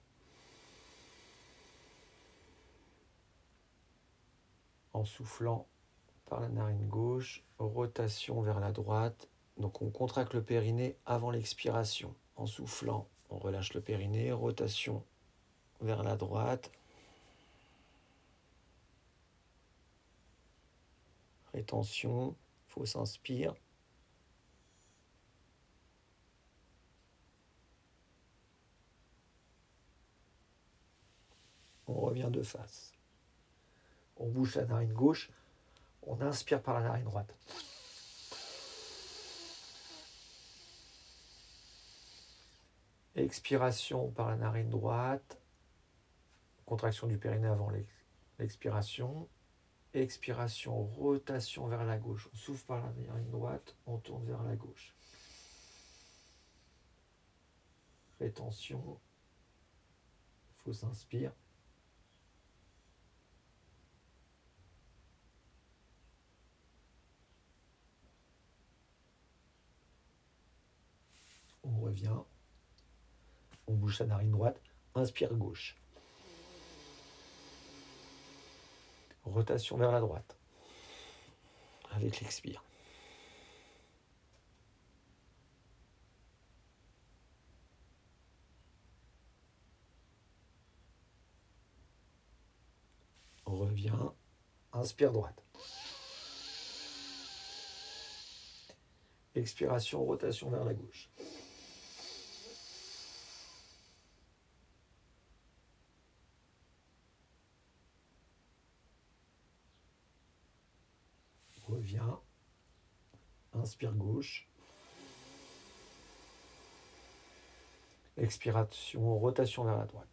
En soufflant par la narine gauche, rotation vers la droite. Donc on contracte le périnée avant l'expiration. En soufflant, on relâche le périnée, rotation vers la droite. Rétention, fausse inspire. On revient de face. On bouche la narine gauche. On inspire par la narine droite. Expiration par la narine droite. Contraction du périnée avant l'expiration. Expiration, rotation vers la gauche. On souffle par la narine droite, on tourne vers la gauche. Rétention. Fausse inspire. On revient. On bouge la narine droite. Inspire gauche. Rotation vers la droite. Avec l'expire. On revient. Inspire droite. Expiration, rotation vers la gauche. Revient. Inspire gauche. Expiration, rotation vers la droite.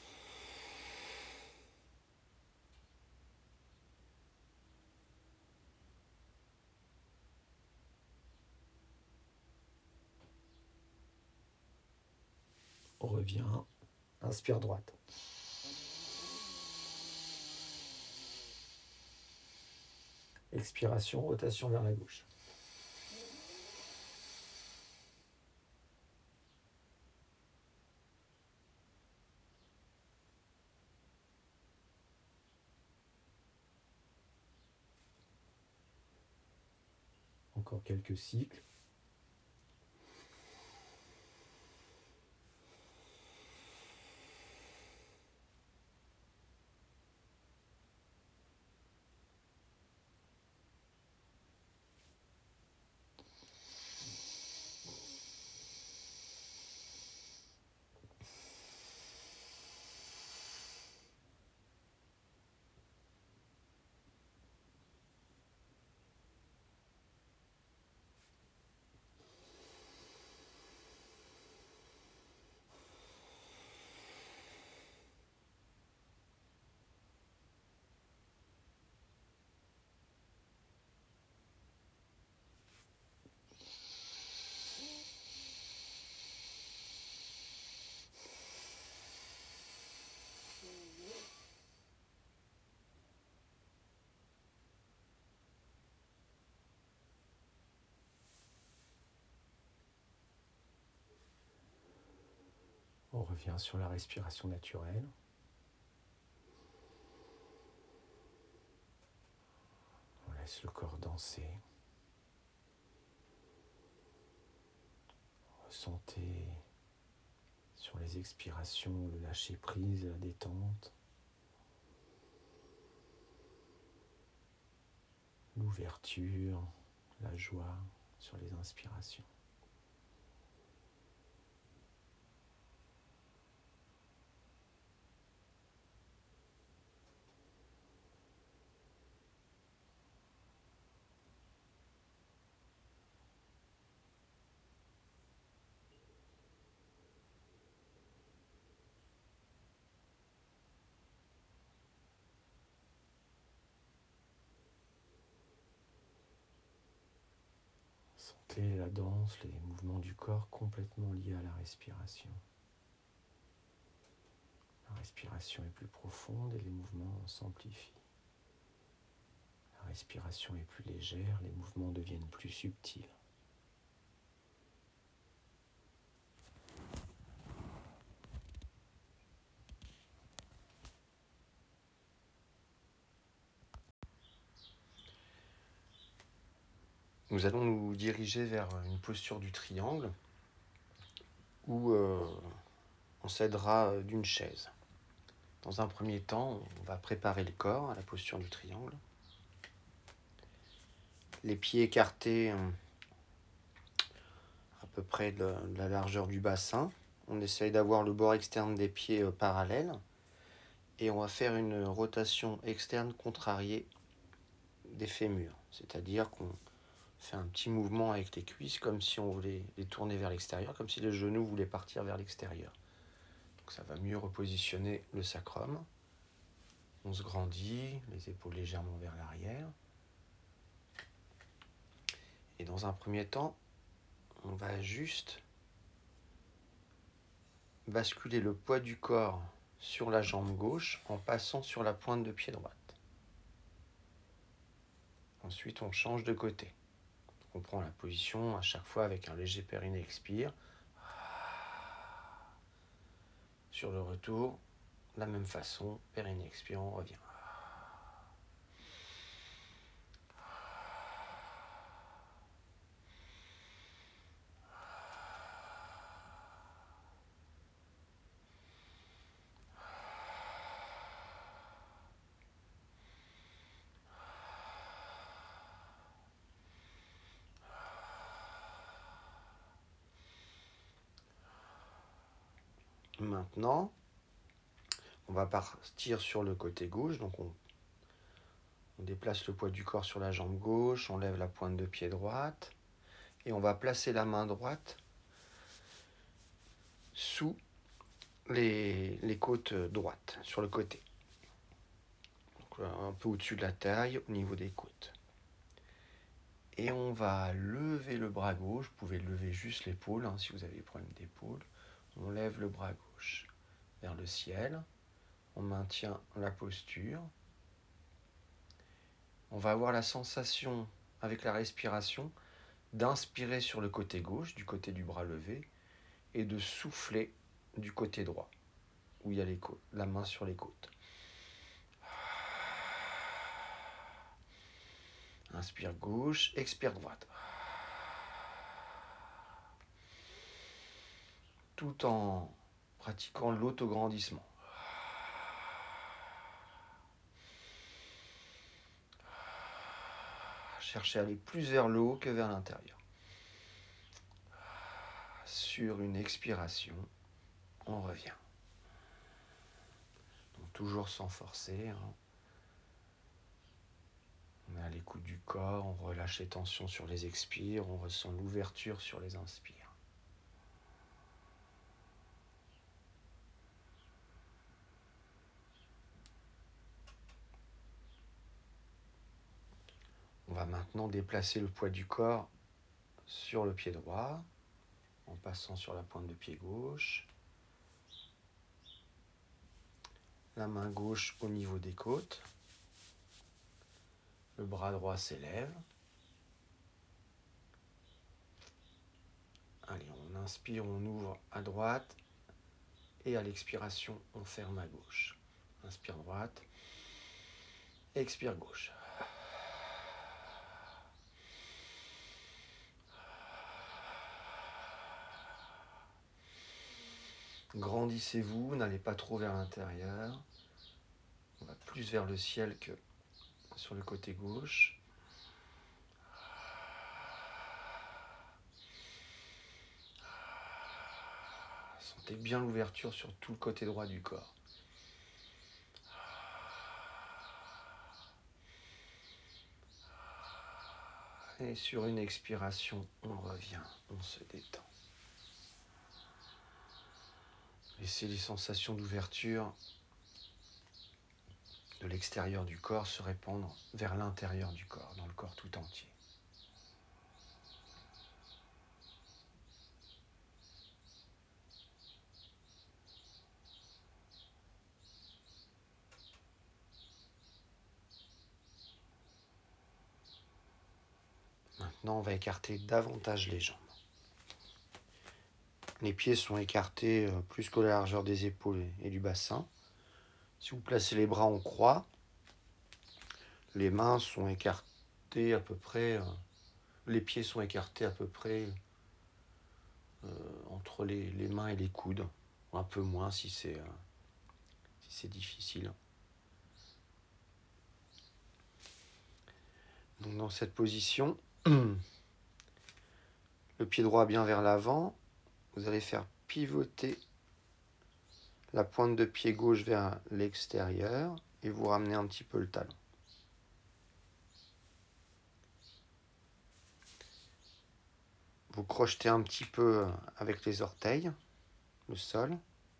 On revient. Inspire droite. Expiration, rotation vers la gauche. Encore quelques cycles. On revient sur la respiration naturelle. On laisse le corps danser. Ressentez sur les expirations le lâcher-prise, la détente, l'ouverture, la joie sur les inspirations. Sentez la danse, les mouvements du corps complètement liés à la respiration. La respiration est plus profonde et les mouvements s'amplifient. La respiration est plus légère, les mouvements deviennent plus subtils. nous allons nous diriger vers une posture du triangle où on s'aidera d'une chaise. Dans un premier temps, on va préparer le corps à la posture du triangle. Les pieds écartés à peu près de la largeur du bassin. On essaye d'avoir le bord externe des pieds parallèle. Et on va faire une rotation externe contrariée des fémurs. C'est-à-dire qu'on fait un petit mouvement avec les cuisses comme si on voulait les tourner vers l'extérieur, comme si les genoux voulaient partir vers l'extérieur. Donc ça va mieux repositionner le sacrum. On se grandit, les épaules légèrement vers l'arrière. Et dans un premier temps, on va juste basculer le poids du corps sur la jambe gauche en passant sur la pointe de pied droite. Ensuite, on change de côté. On prend la position à chaque fois avec un léger périnée expire. Sur le retour, de la même façon, périnée expire, on revient. Maintenant, on va partir sur le côté gauche, donc on déplace le poids du corps sur la jambe gauche, on lève la pointe de pied droite, et on va placer la main droite sous les côtes droites, sur le côté. Donc, un peu au-dessus de la taille, au niveau des côtes. Et on va lever le bras gauche, vous pouvez lever juste l'épaule si vous avez des problèmes d'épaule. On lève le bras gauche vers le ciel, on maintient la posture. On va avoir la sensation, avec la respiration, d'inspirer sur le côté gauche, du côté du bras levé, et de souffler du côté droit, où il y a les côtes, la main sur les côtes. Inspire gauche, expire droite. Tout en pratiquant l'autograndissement. Cherchez à aller plus vers le haut que vers l'intérieur. Sur une expiration, on revient. Donc toujours sans forcer. On est à l'écoute du corps, on relâche les tensions sur les expires, on ressent l'ouverture sur les inspires. On va maintenant déplacer le poids du corps sur le pied droit, en passant sur la pointe de pied gauche. La main gauche au niveau des côtes. Le bras droit s'élève. Allez, on inspire, on ouvre à droite. Et à l'expiration, on ferme à gauche. Inspire droite. Expire gauche. Grandissez-vous, n'allez pas trop vers l'intérieur. On va plus vers le ciel que sur le côté gauche. Sentez bien l'ouverture sur tout le côté droit du corps. Et sur une expiration, on revient, on se détend. Laissez les sensations d'ouverture de l'extérieur du corps se répandre vers l'intérieur du corps, dans le corps tout entier. Maintenant, on va écarter davantage les jambes. Les pieds sont écartés plus que la largeur des épaules et du bassin. Si vous placez les bras en croix, les mains sont écartées à peu près les pieds sont écartés à peu près entre les mains et les coudes. Un peu moins si c'est difficile. Donc dans cette position, le pied droit bien vers l'avant, vous allez faire pivoter la pointe de pied gauche vers l'extérieur et vous ramenez un petit peu le talon. Vous crochetez un petit peu avec les orteils, le sol.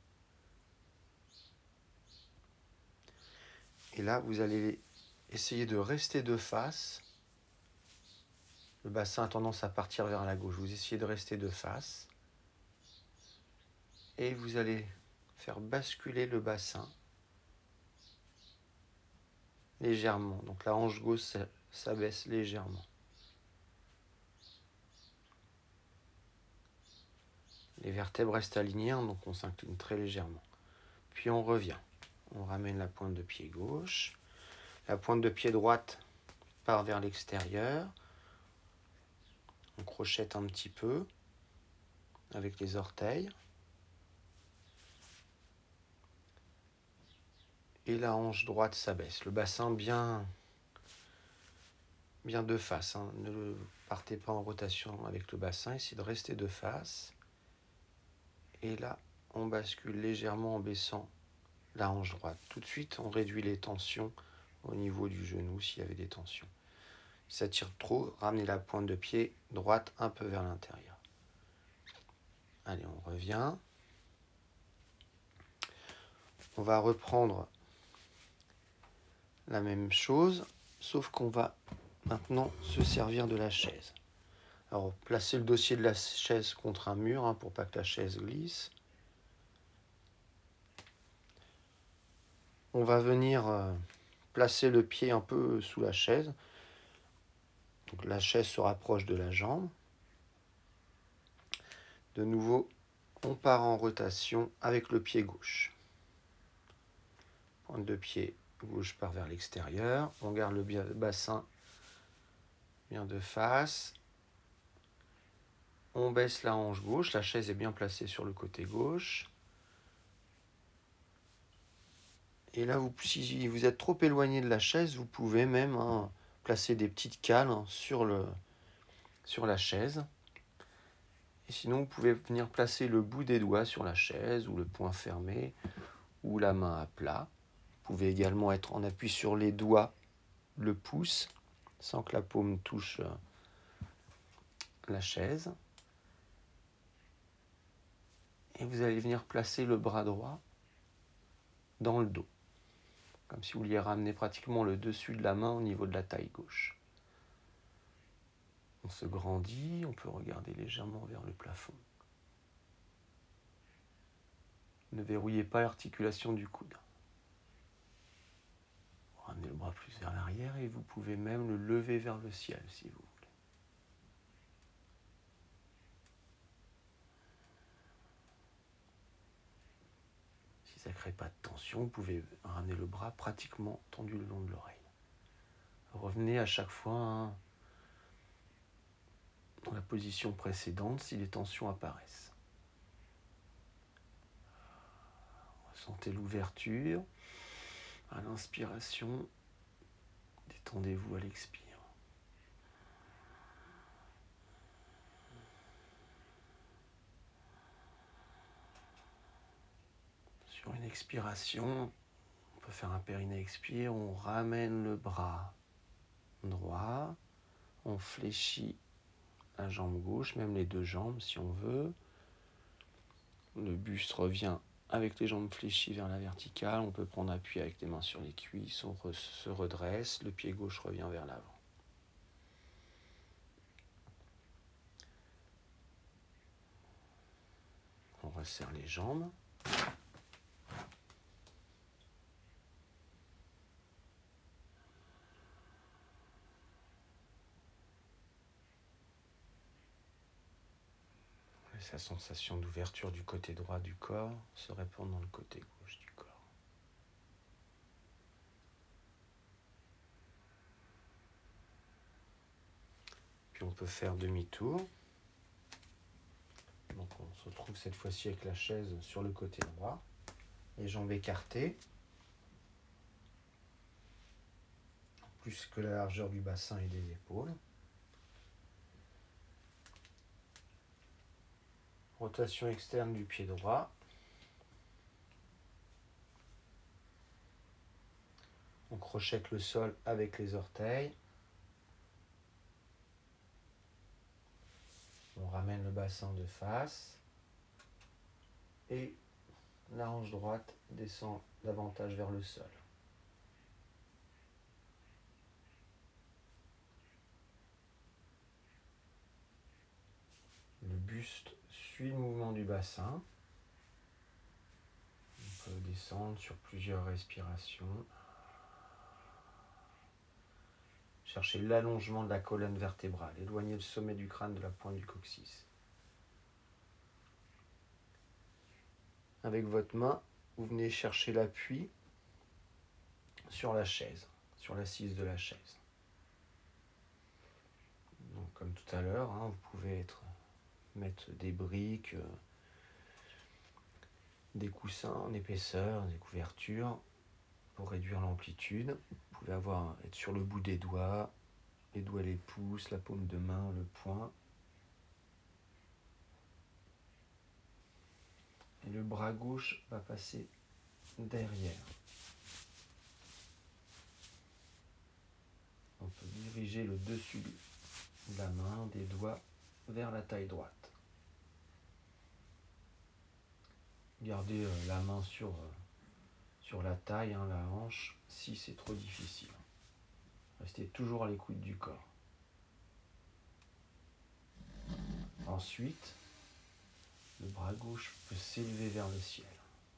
Et là, vous allez essayer de rester de face. Le bassin a tendance à partir vers la gauche. Vous essayez de rester de face. Et vous allez faire basculer le bassin légèrement. Donc la hanche gauche s'abaisse légèrement. Les vertèbres restent alignées, donc on s'incline très légèrement. Puis on revient. On ramène la pointe de pied gauche. La pointe de pied droite part vers l'extérieur. On crochette un petit peu avec les orteils. Et la hanche droite s'abaisse. Le bassin bien de face. Ne partez pas en rotation avec le bassin. Essayez de rester de face. Et là, on bascule légèrement en baissant la hanche droite. Tout de suite, on réduit les tensions au niveau du genou s'il y avait des tensions. Si ça tire trop, ramenez la pointe de pied droite un peu vers l'intérieur. Allez, on revient. On va reprendre la même chose, sauf qu'on va maintenant se servir de la chaise. Alors, placez le dossier de la chaise contre un mur pour pas que la chaise glisse. On va venir placer le pied un peu sous la chaise. Donc la chaise se rapproche de la jambe. De nouveau, on part en rotation avec le pied gauche. Pointe de pied gauche part vers l'extérieur. On garde le bassin bien de face. On baisse la hanche gauche. La chaise est bien placée sur le côté gauche. Et là, si vous êtes trop éloigné de la chaise, vous pouvez même placer des petites cales sur la chaise. Et sinon, vous pouvez venir placer le bout des doigts sur la chaise ou le poing fermé ou la main à plat. Vous pouvez également être en appui sur les doigts, le pouce, sans que la paume touche la chaise. Et vous allez venir placer le bras droit dans le dos, comme si vous vouliez ramener pratiquement le dessus de la main au niveau de la taille gauche. On se grandit, on peut regarder légèrement vers le plafond. Ne verrouillez pas l'articulation du coude. Ramenez le bras plus vers l'arrière et vous pouvez même le lever vers le ciel si vous voulez. Si ça ne crée pas de tension, vous pouvez ramener le bras pratiquement tendu le long de l'oreille. Revenez à chaque fois dans la position précédente si les tensions apparaissent. Ressentez l'ouverture à l'inspiration, détendez-vous à l'expire. Sur une expiration, on peut faire un périnée expire, on ramène le bras droit, on fléchit la jambe gauche, même les deux jambes si on veut. Le buste revient avec les jambes fléchies vers la verticale. On peut prendre appui avec les mains sur les cuisses. On se redresse. Le pied gauche revient vers l'avant. On resserre les jambes. Laisse la sensation d'ouverture du côté droit du corps se répandre dans le côté gauche du corps. Puis on peut faire demi-tour. Donc on se retrouve cette fois-ci avec la chaise sur le côté droit, les jambes écartées, plus que la largeur du bassin et des épaules. Rotation externe du pied droit. On crochette le sol avec les orteils. On ramène le bassin de face. Et la hanche droite descend davantage vers le sol. Le buste suit le mouvement du bassin. On peut descendre sur plusieurs respirations. Cherchez l'allongement de la colonne vertébrale. Éloignez le sommet du crâne de la pointe du coccyx. Avec votre main, vous venez chercher l'appui sur la chaise, sur l'assise de la chaise. Donc, comme tout à l'heure, vous pouvez mettre des briques, des coussins en épaisseur, des couvertures pour réduire l'amplitude. Vous pouvez être sur le bout des doigts, les pouces, la paume de main, le poing. Et le bras gauche va passer derrière. On peut diriger le dessus de la main, des doigts vers la taille droite. Gardez la main sur la taille, la hanche, si c'est trop difficile. Restez toujours à l'écoute du corps. Ensuite, le bras gauche peut s'élever vers le ciel.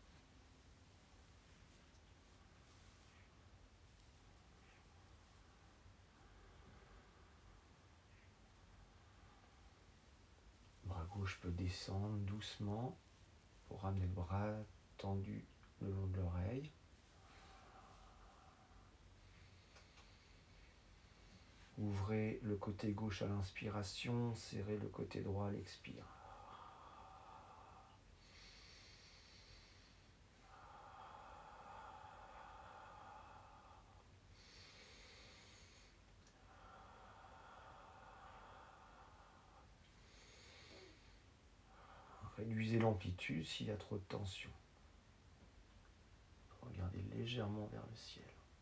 Le bras gauche peut descendre doucement pour ramener le bras tendu le long de l'oreille. Ouvrez le côté gauche à l'inspiration, serrez le côté droit à l'expire. Réduisez l'amplitude s'il y a trop de tension. Regardez légèrement vers le ciel,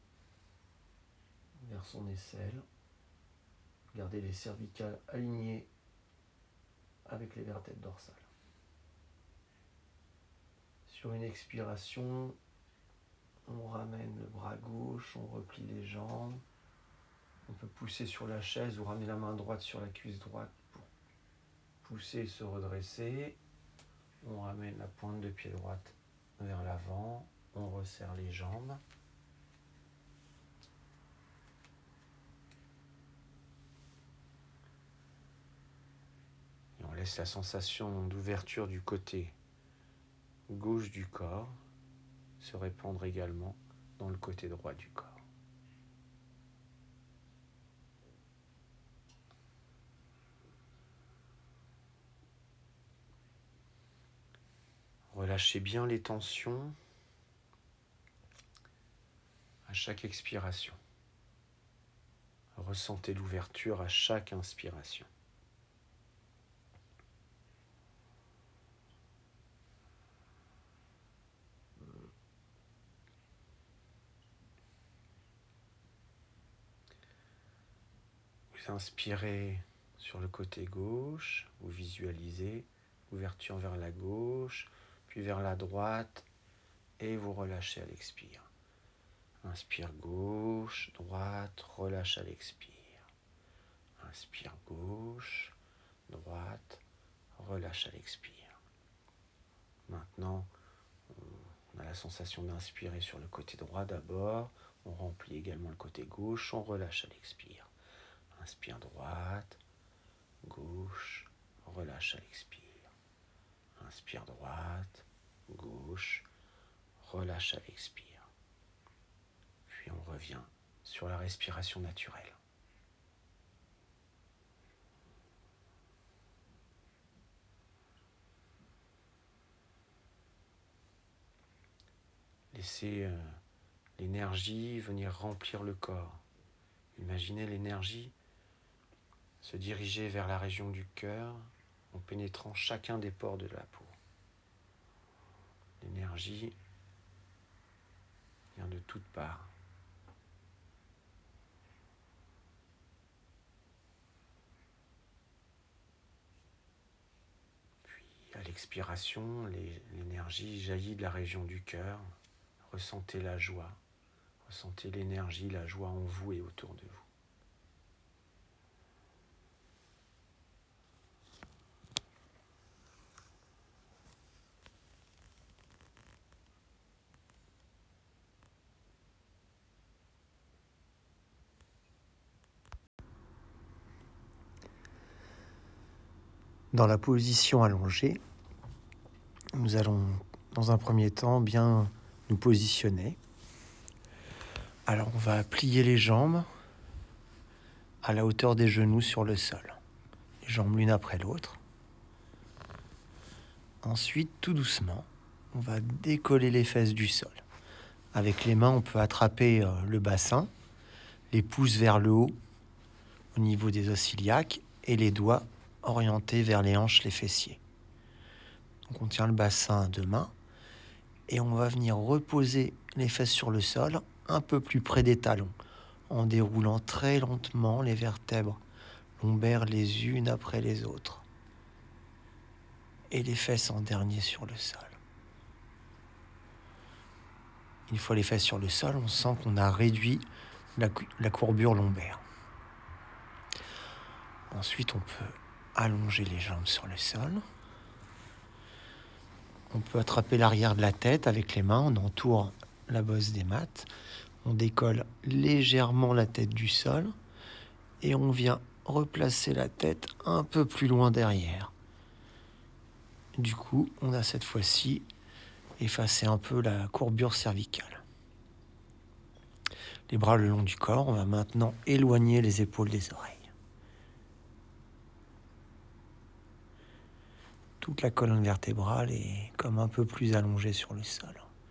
vers son aisselle. Gardez les cervicales alignées avec les vertèbres dorsales. Sur une expiration, on ramène le bras gauche, on replie les jambes. On peut pousser sur la chaise ou ramener la main droite sur la cuisse droite pour pousser et se redresser. On ramène la pointe de pied droite vers l'avant. On resserre les jambes. Et on laisse la sensation d'ouverture du côté gauche du corps se répandre également dans le côté droit du corps. Relâchez bien les tensions à chaque expiration. Ressentez l'ouverture à chaque inspiration. Vous inspirez sur le côté gauche, vous visualisez ouverture vers la gauche, puis vers la droite, et vous relâchez à l'expire. Inspire gauche, droite, relâche à l'expire. Inspire gauche, droite, relâche à l'expire. Maintenant, on a la sensation d'inspirer sur le côté droit d'abord, on remplit également le côté gauche, on relâche à l'expire. Inspire droite, gauche, relâche à l'expire. Inspire droite, gauche, relâche à l'expire. Puis on revient sur la respiration naturelle. Laissez l'énergie venir remplir le corps. Imaginez l'énergie se diriger vers la région du cœur en pénétrant chacun des pores de la peau. L'énergie vient de toutes parts. Puis à l'expiration, l'énergie jaillit de la région du cœur. Ressentez la joie, ressentez l'énergie, la joie en vous et autour de vous. Dans la position allongée, nous allons dans un premier temps bien nous positionner. Alors on va plier les jambes à la hauteur des genoux sur le sol. Les jambes l'une après l'autre. Ensuite, tout doucement, on va décoller les fesses du sol. Avec les mains, on peut attraper le bassin, les pouces vers le haut au niveau des os iliaques et les doigts orientés vers les hanches, les fessiers. Donc on tient le bassin à deux mains et on va venir reposer les fesses sur le sol un peu plus près des talons en déroulant très lentement les vertèbres lombaires les unes après les autres et les fesses en dernier sur le sol. Une fois les fesses sur le sol, on sent qu'on a réduit la courbure lombaire. Ensuite, on peut allonger les jambes sur le sol. On peut attraper l'arrière de la tête avec les mains, on entoure la bosse des mattes. On décolle légèrement la tête du sol et on vient replacer la tête un peu plus loin derrière. Du coup, on a cette fois-ci effacé un peu la courbure cervicale. Les bras le long du corps, on va maintenant éloigner les épaules des oreilles. Toute la colonne vertébrale est comme un peu plus allongée sur le sol.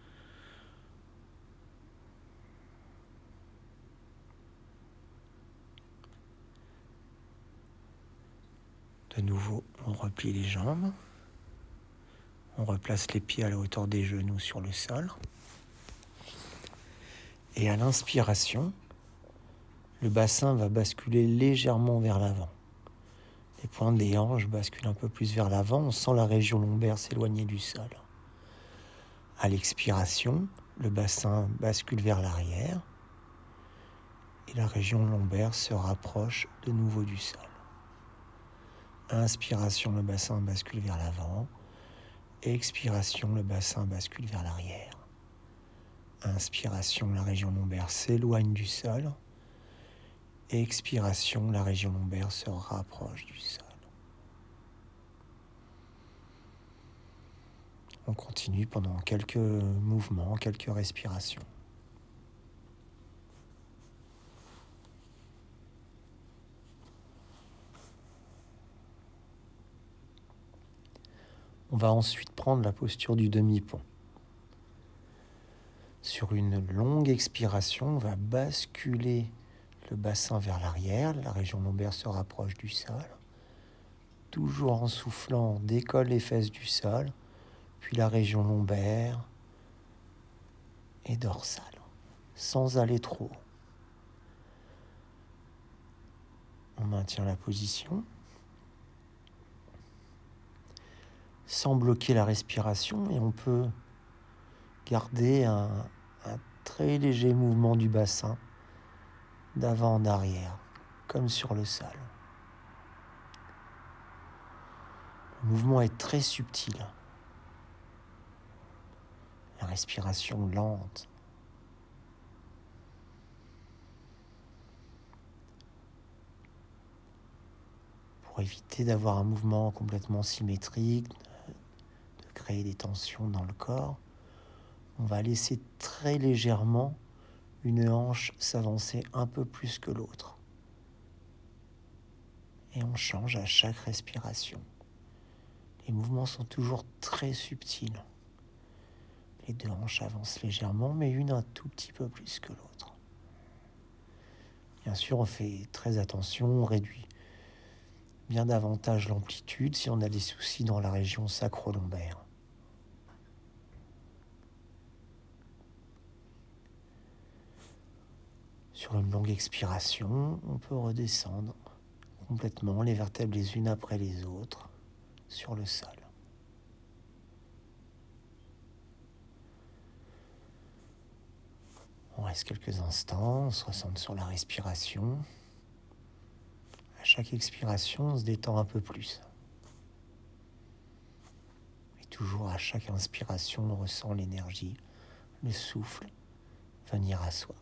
De nouveau, on replie les jambes. On replace les pieds à la hauteur des genoux sur le sol. Et à l'inspiration, le bassin va basculer légèrement vers l'avant. Les pointes des hanches basculent un peu plus vers l'avant. On sent la région lombaire s'éloigner du sol. À l'expiration, le bassin bascule vers l'arrière et la région lombaire se rapproche de nouveau du sol. Inspiration, le bassin bascule vers l'avant. Expiration, le bassin bascule vers l'arrière. Inspiration, la région lombaire s'éloigne du sol. Expiration, la région lombaire se rapproche du sol. On continue pendant quelques mouvements, quelques respirations. On va ensuite prendre la posture du demi-pont. Sur une longue expiration, on va basculer le bassin vers l'arrière, la région lombaire se rapproche du sol. Toujours en soufflant, on décolle les fesses du sol, puis la région lombaire et dorsale, sans aller trop haut. On maintient la position, sans bloquer la respiration, et on peut garder un très léger mouvement du bassin d'avant en arrière, comme sur le sol. Le mouvement est très subtil. La respiration lente. Pour éviter d'avoir un mouvement complètement symétrique, de créer des tensions dans le corps, on va laisser très légèrement une hanche s'avancer un peu plus que l'autre. Et on change à chaque respiration. Les mouvements sont toujours très subtils. Les deux hanches avancent légèrement, mais une un tout petit peu plus que l'autre. Bien sûr, on fait très attention, on réduit bien davantage l'amplitude si on a des soucis dans la région sacro-lombaire. Sur une longue expiration, on peut redescendre complètement les vertèbres les unes après les autres sur le sol. On reste quelques instants, on se ressent sur la respiration. À chaque expiration, on se détend un peu plus. Et toujours à chaque inspiration, on ressent l'énergie, le souffle venir à soi.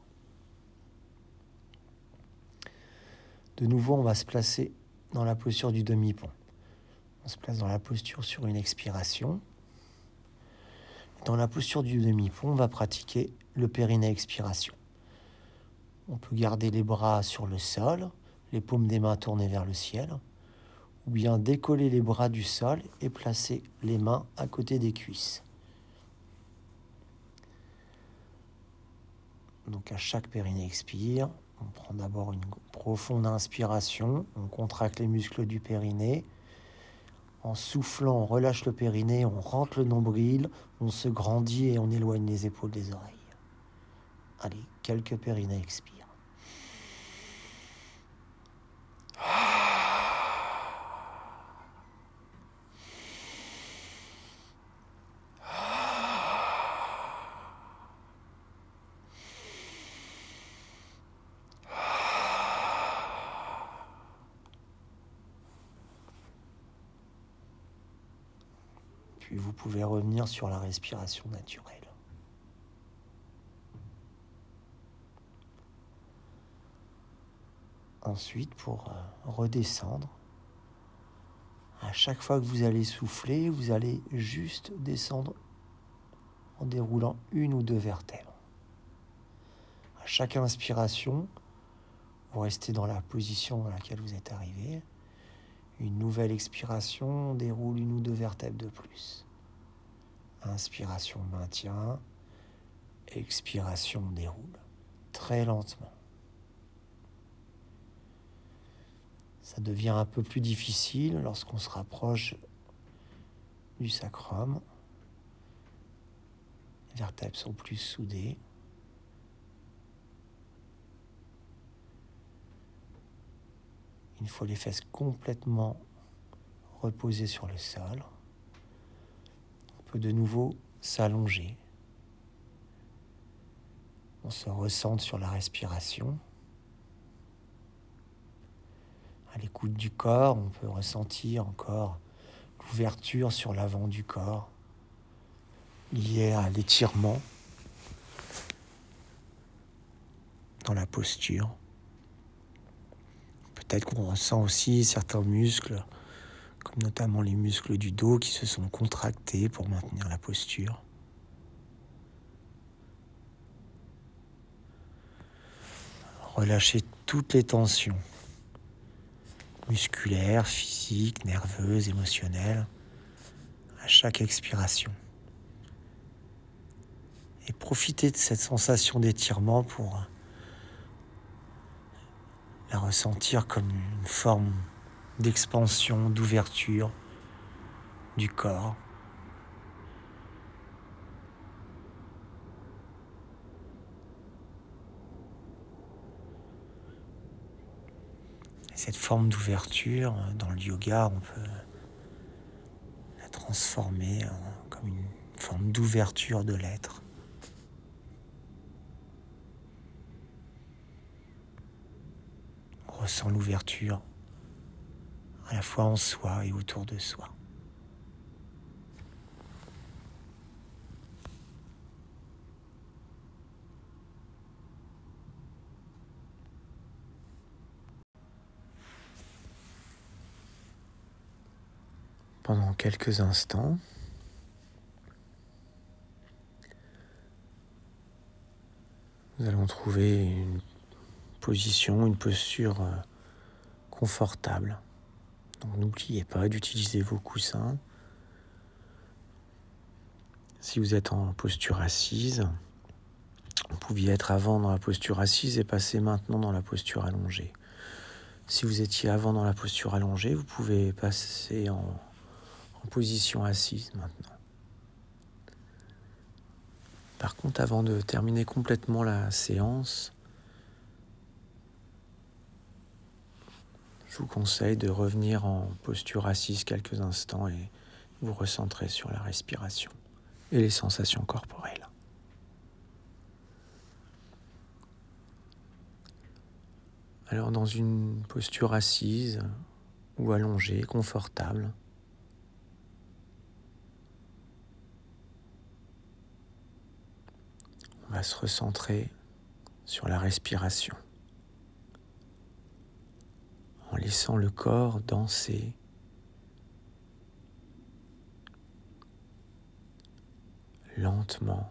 De nouveau, on va se placer dans la posture du demi-pont. On se place dans la posture sur une expiration. Dans la posture du demi-pont, on va pratiquer le périnée expiration. On peut garder les bras sur le sol, les paumes des mains tournées vers le ciel, ou bien décoller les bras du sol et placer les mains à côté des cuisses. Donc à chaque périnée expire, on prend d'abord une profonde inspiration, on contracte les muscles du périnée. En soufflant, on relâche le périnée, on rentre le nombril, on se grandit et on éloigne les épaules des oreilles. Allez, quelques périnées expirent. Puis vous pouvez revenir sur la respiration naturelle. Ensuite, pour redescendre, à chaque fois que vous allez souffler, vous allez juste descendre en déroulant une ou deux vertèbres. À chaque inspiration, vous restez dans la position dans laquelle vous êtes arrivé. Une nouvelle expiration, on déroule une ou deux vertèbres de plus. Inspiration, maintien. Expiration, déroule. Très lentement. Ça devient un peu plus difficile lorsqu'on se rapproche du sacrum. Les vertèbres sont plus soudées. Une fois les fesses complètement reposées sur le sol, on peut de nouveau s'allonger. On se ressente sur la respiration. À l'écoute du corps, on peut ressentir encore l'ouverture sur l'avant du corps, liée à l'étirement dans la posture. Peut-être qu'on ressent aussi certains muscles, comme notamment les muscles du dos qui se sont contractés pour maintenir la posture. Relâchez toutes les tensions musculaires, physiques, nerveuses, émotionnelles à chaque expiration. Et profitez de cette sensation d'étirement pour la ressentir comme une forme d'expansion, d'ouverture du corps. Et cette forme d'ouverture, dans le yoga, on peut la transformer comme une forme d'ouverture de l'être. On ressent l'ouverture à la fois en soi et autour de soi. Pendant quelques instants, nous allons trouver une position, une posture confortable. Donc n'oubliez pas d'utiliser vos coussins. Si vous êtes en posture assise, vous pouviez être avant dans la posture assise et passer maintenant dans la posture allongée. Si vous étiez avant dans la posture allongée, vous pouvez passer en position assise maintenant. Par contre, avant de terminer complètement la séance, je vous conseille de revenir en posture assise quelques instants et vous recentrer sur la respiration et les sensations corporelles. Alors, dans une posture assise ou allongée, confortable, on va se recentrer sur la respiration en laissant le corps danser lentement.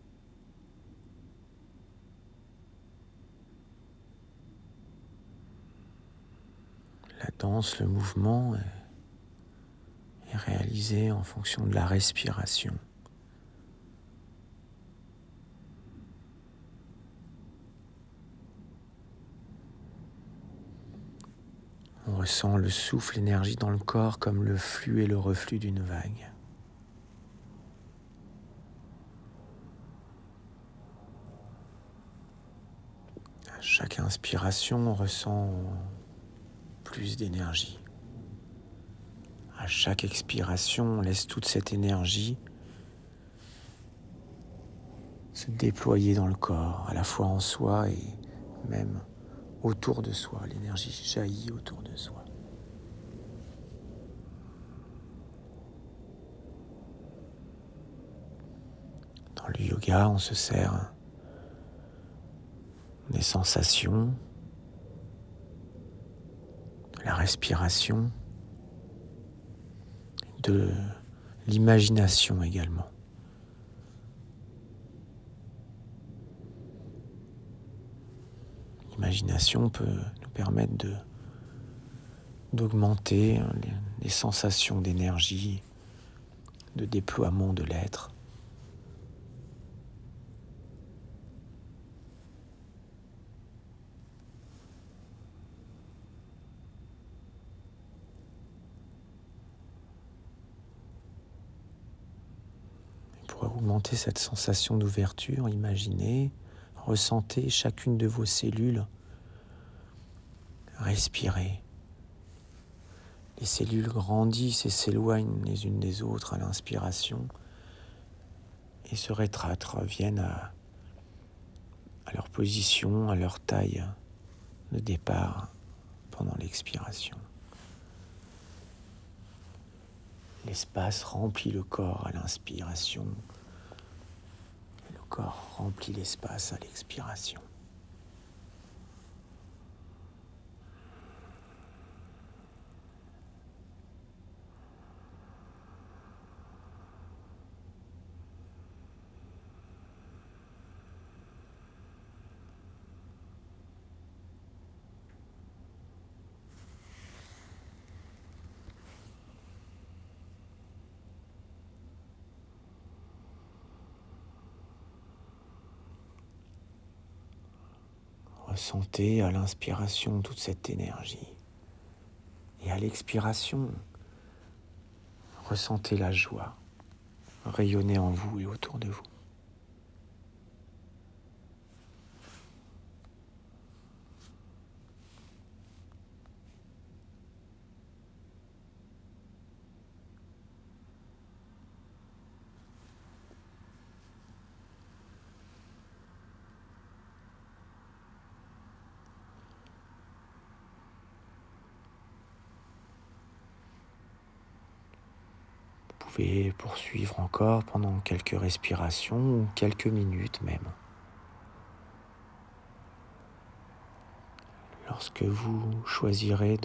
La danse, le mouvement est réalisé en fonction de la respiration. On ressent le souffle, l'énergie dans le corps comme le flux et le reflux d'une vague. À chaque inspiration, on ressent plus d'énergie. À chaque expiration, on laisse toute cette énergie se déployer dans le corps, à la fois en soi et même autour de soi. L'énergie jaillit autour de soi. Dans le yoga, on se sert des sensations, de la respiration, de l'imagination également. L'imagination peut nous permettre d'augmenter les sensations d'énergie, de déploiement de l'être. Pour augmenter cette sensation d'ouverture, imaginez, ressentez chacune de vos cellules respirer. Les cellules grandissent et s'éloignent les unes des autres à l'inspiration et se rétractent, reviennent à leur position, à leur taille de départ pendant l'expiration. L'espace remplit le corps à l'inspiration. Le corps remplit l'espace à l'expiration. Ressentez à l'inspiration toute cette énergie. Et à l'expiration, ressentez la joie rayonner en vous et autour de vous. Vous pouvez poursuivre encore pendant quelques respirations ou quelques minutes même. Lorsque vous choisirez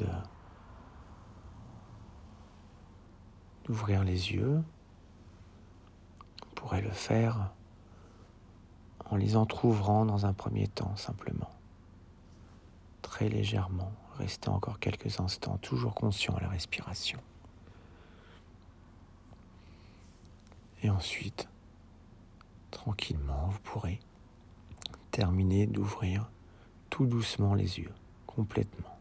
d'ouvrir les yeux, vous pourrez le faire en les entr'ouvrant dans un premier temps simplement, très légèrement. Restez encore quelques instants, toujours conscient à la respiration. Et ensuite, Tranquillement, vous pourrez terminer d'ouvrir tout doucement les yeux, complètement,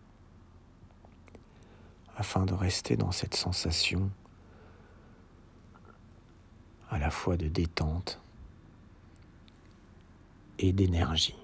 afin de rester dans cette sensation à la fois de détente et d'énergie.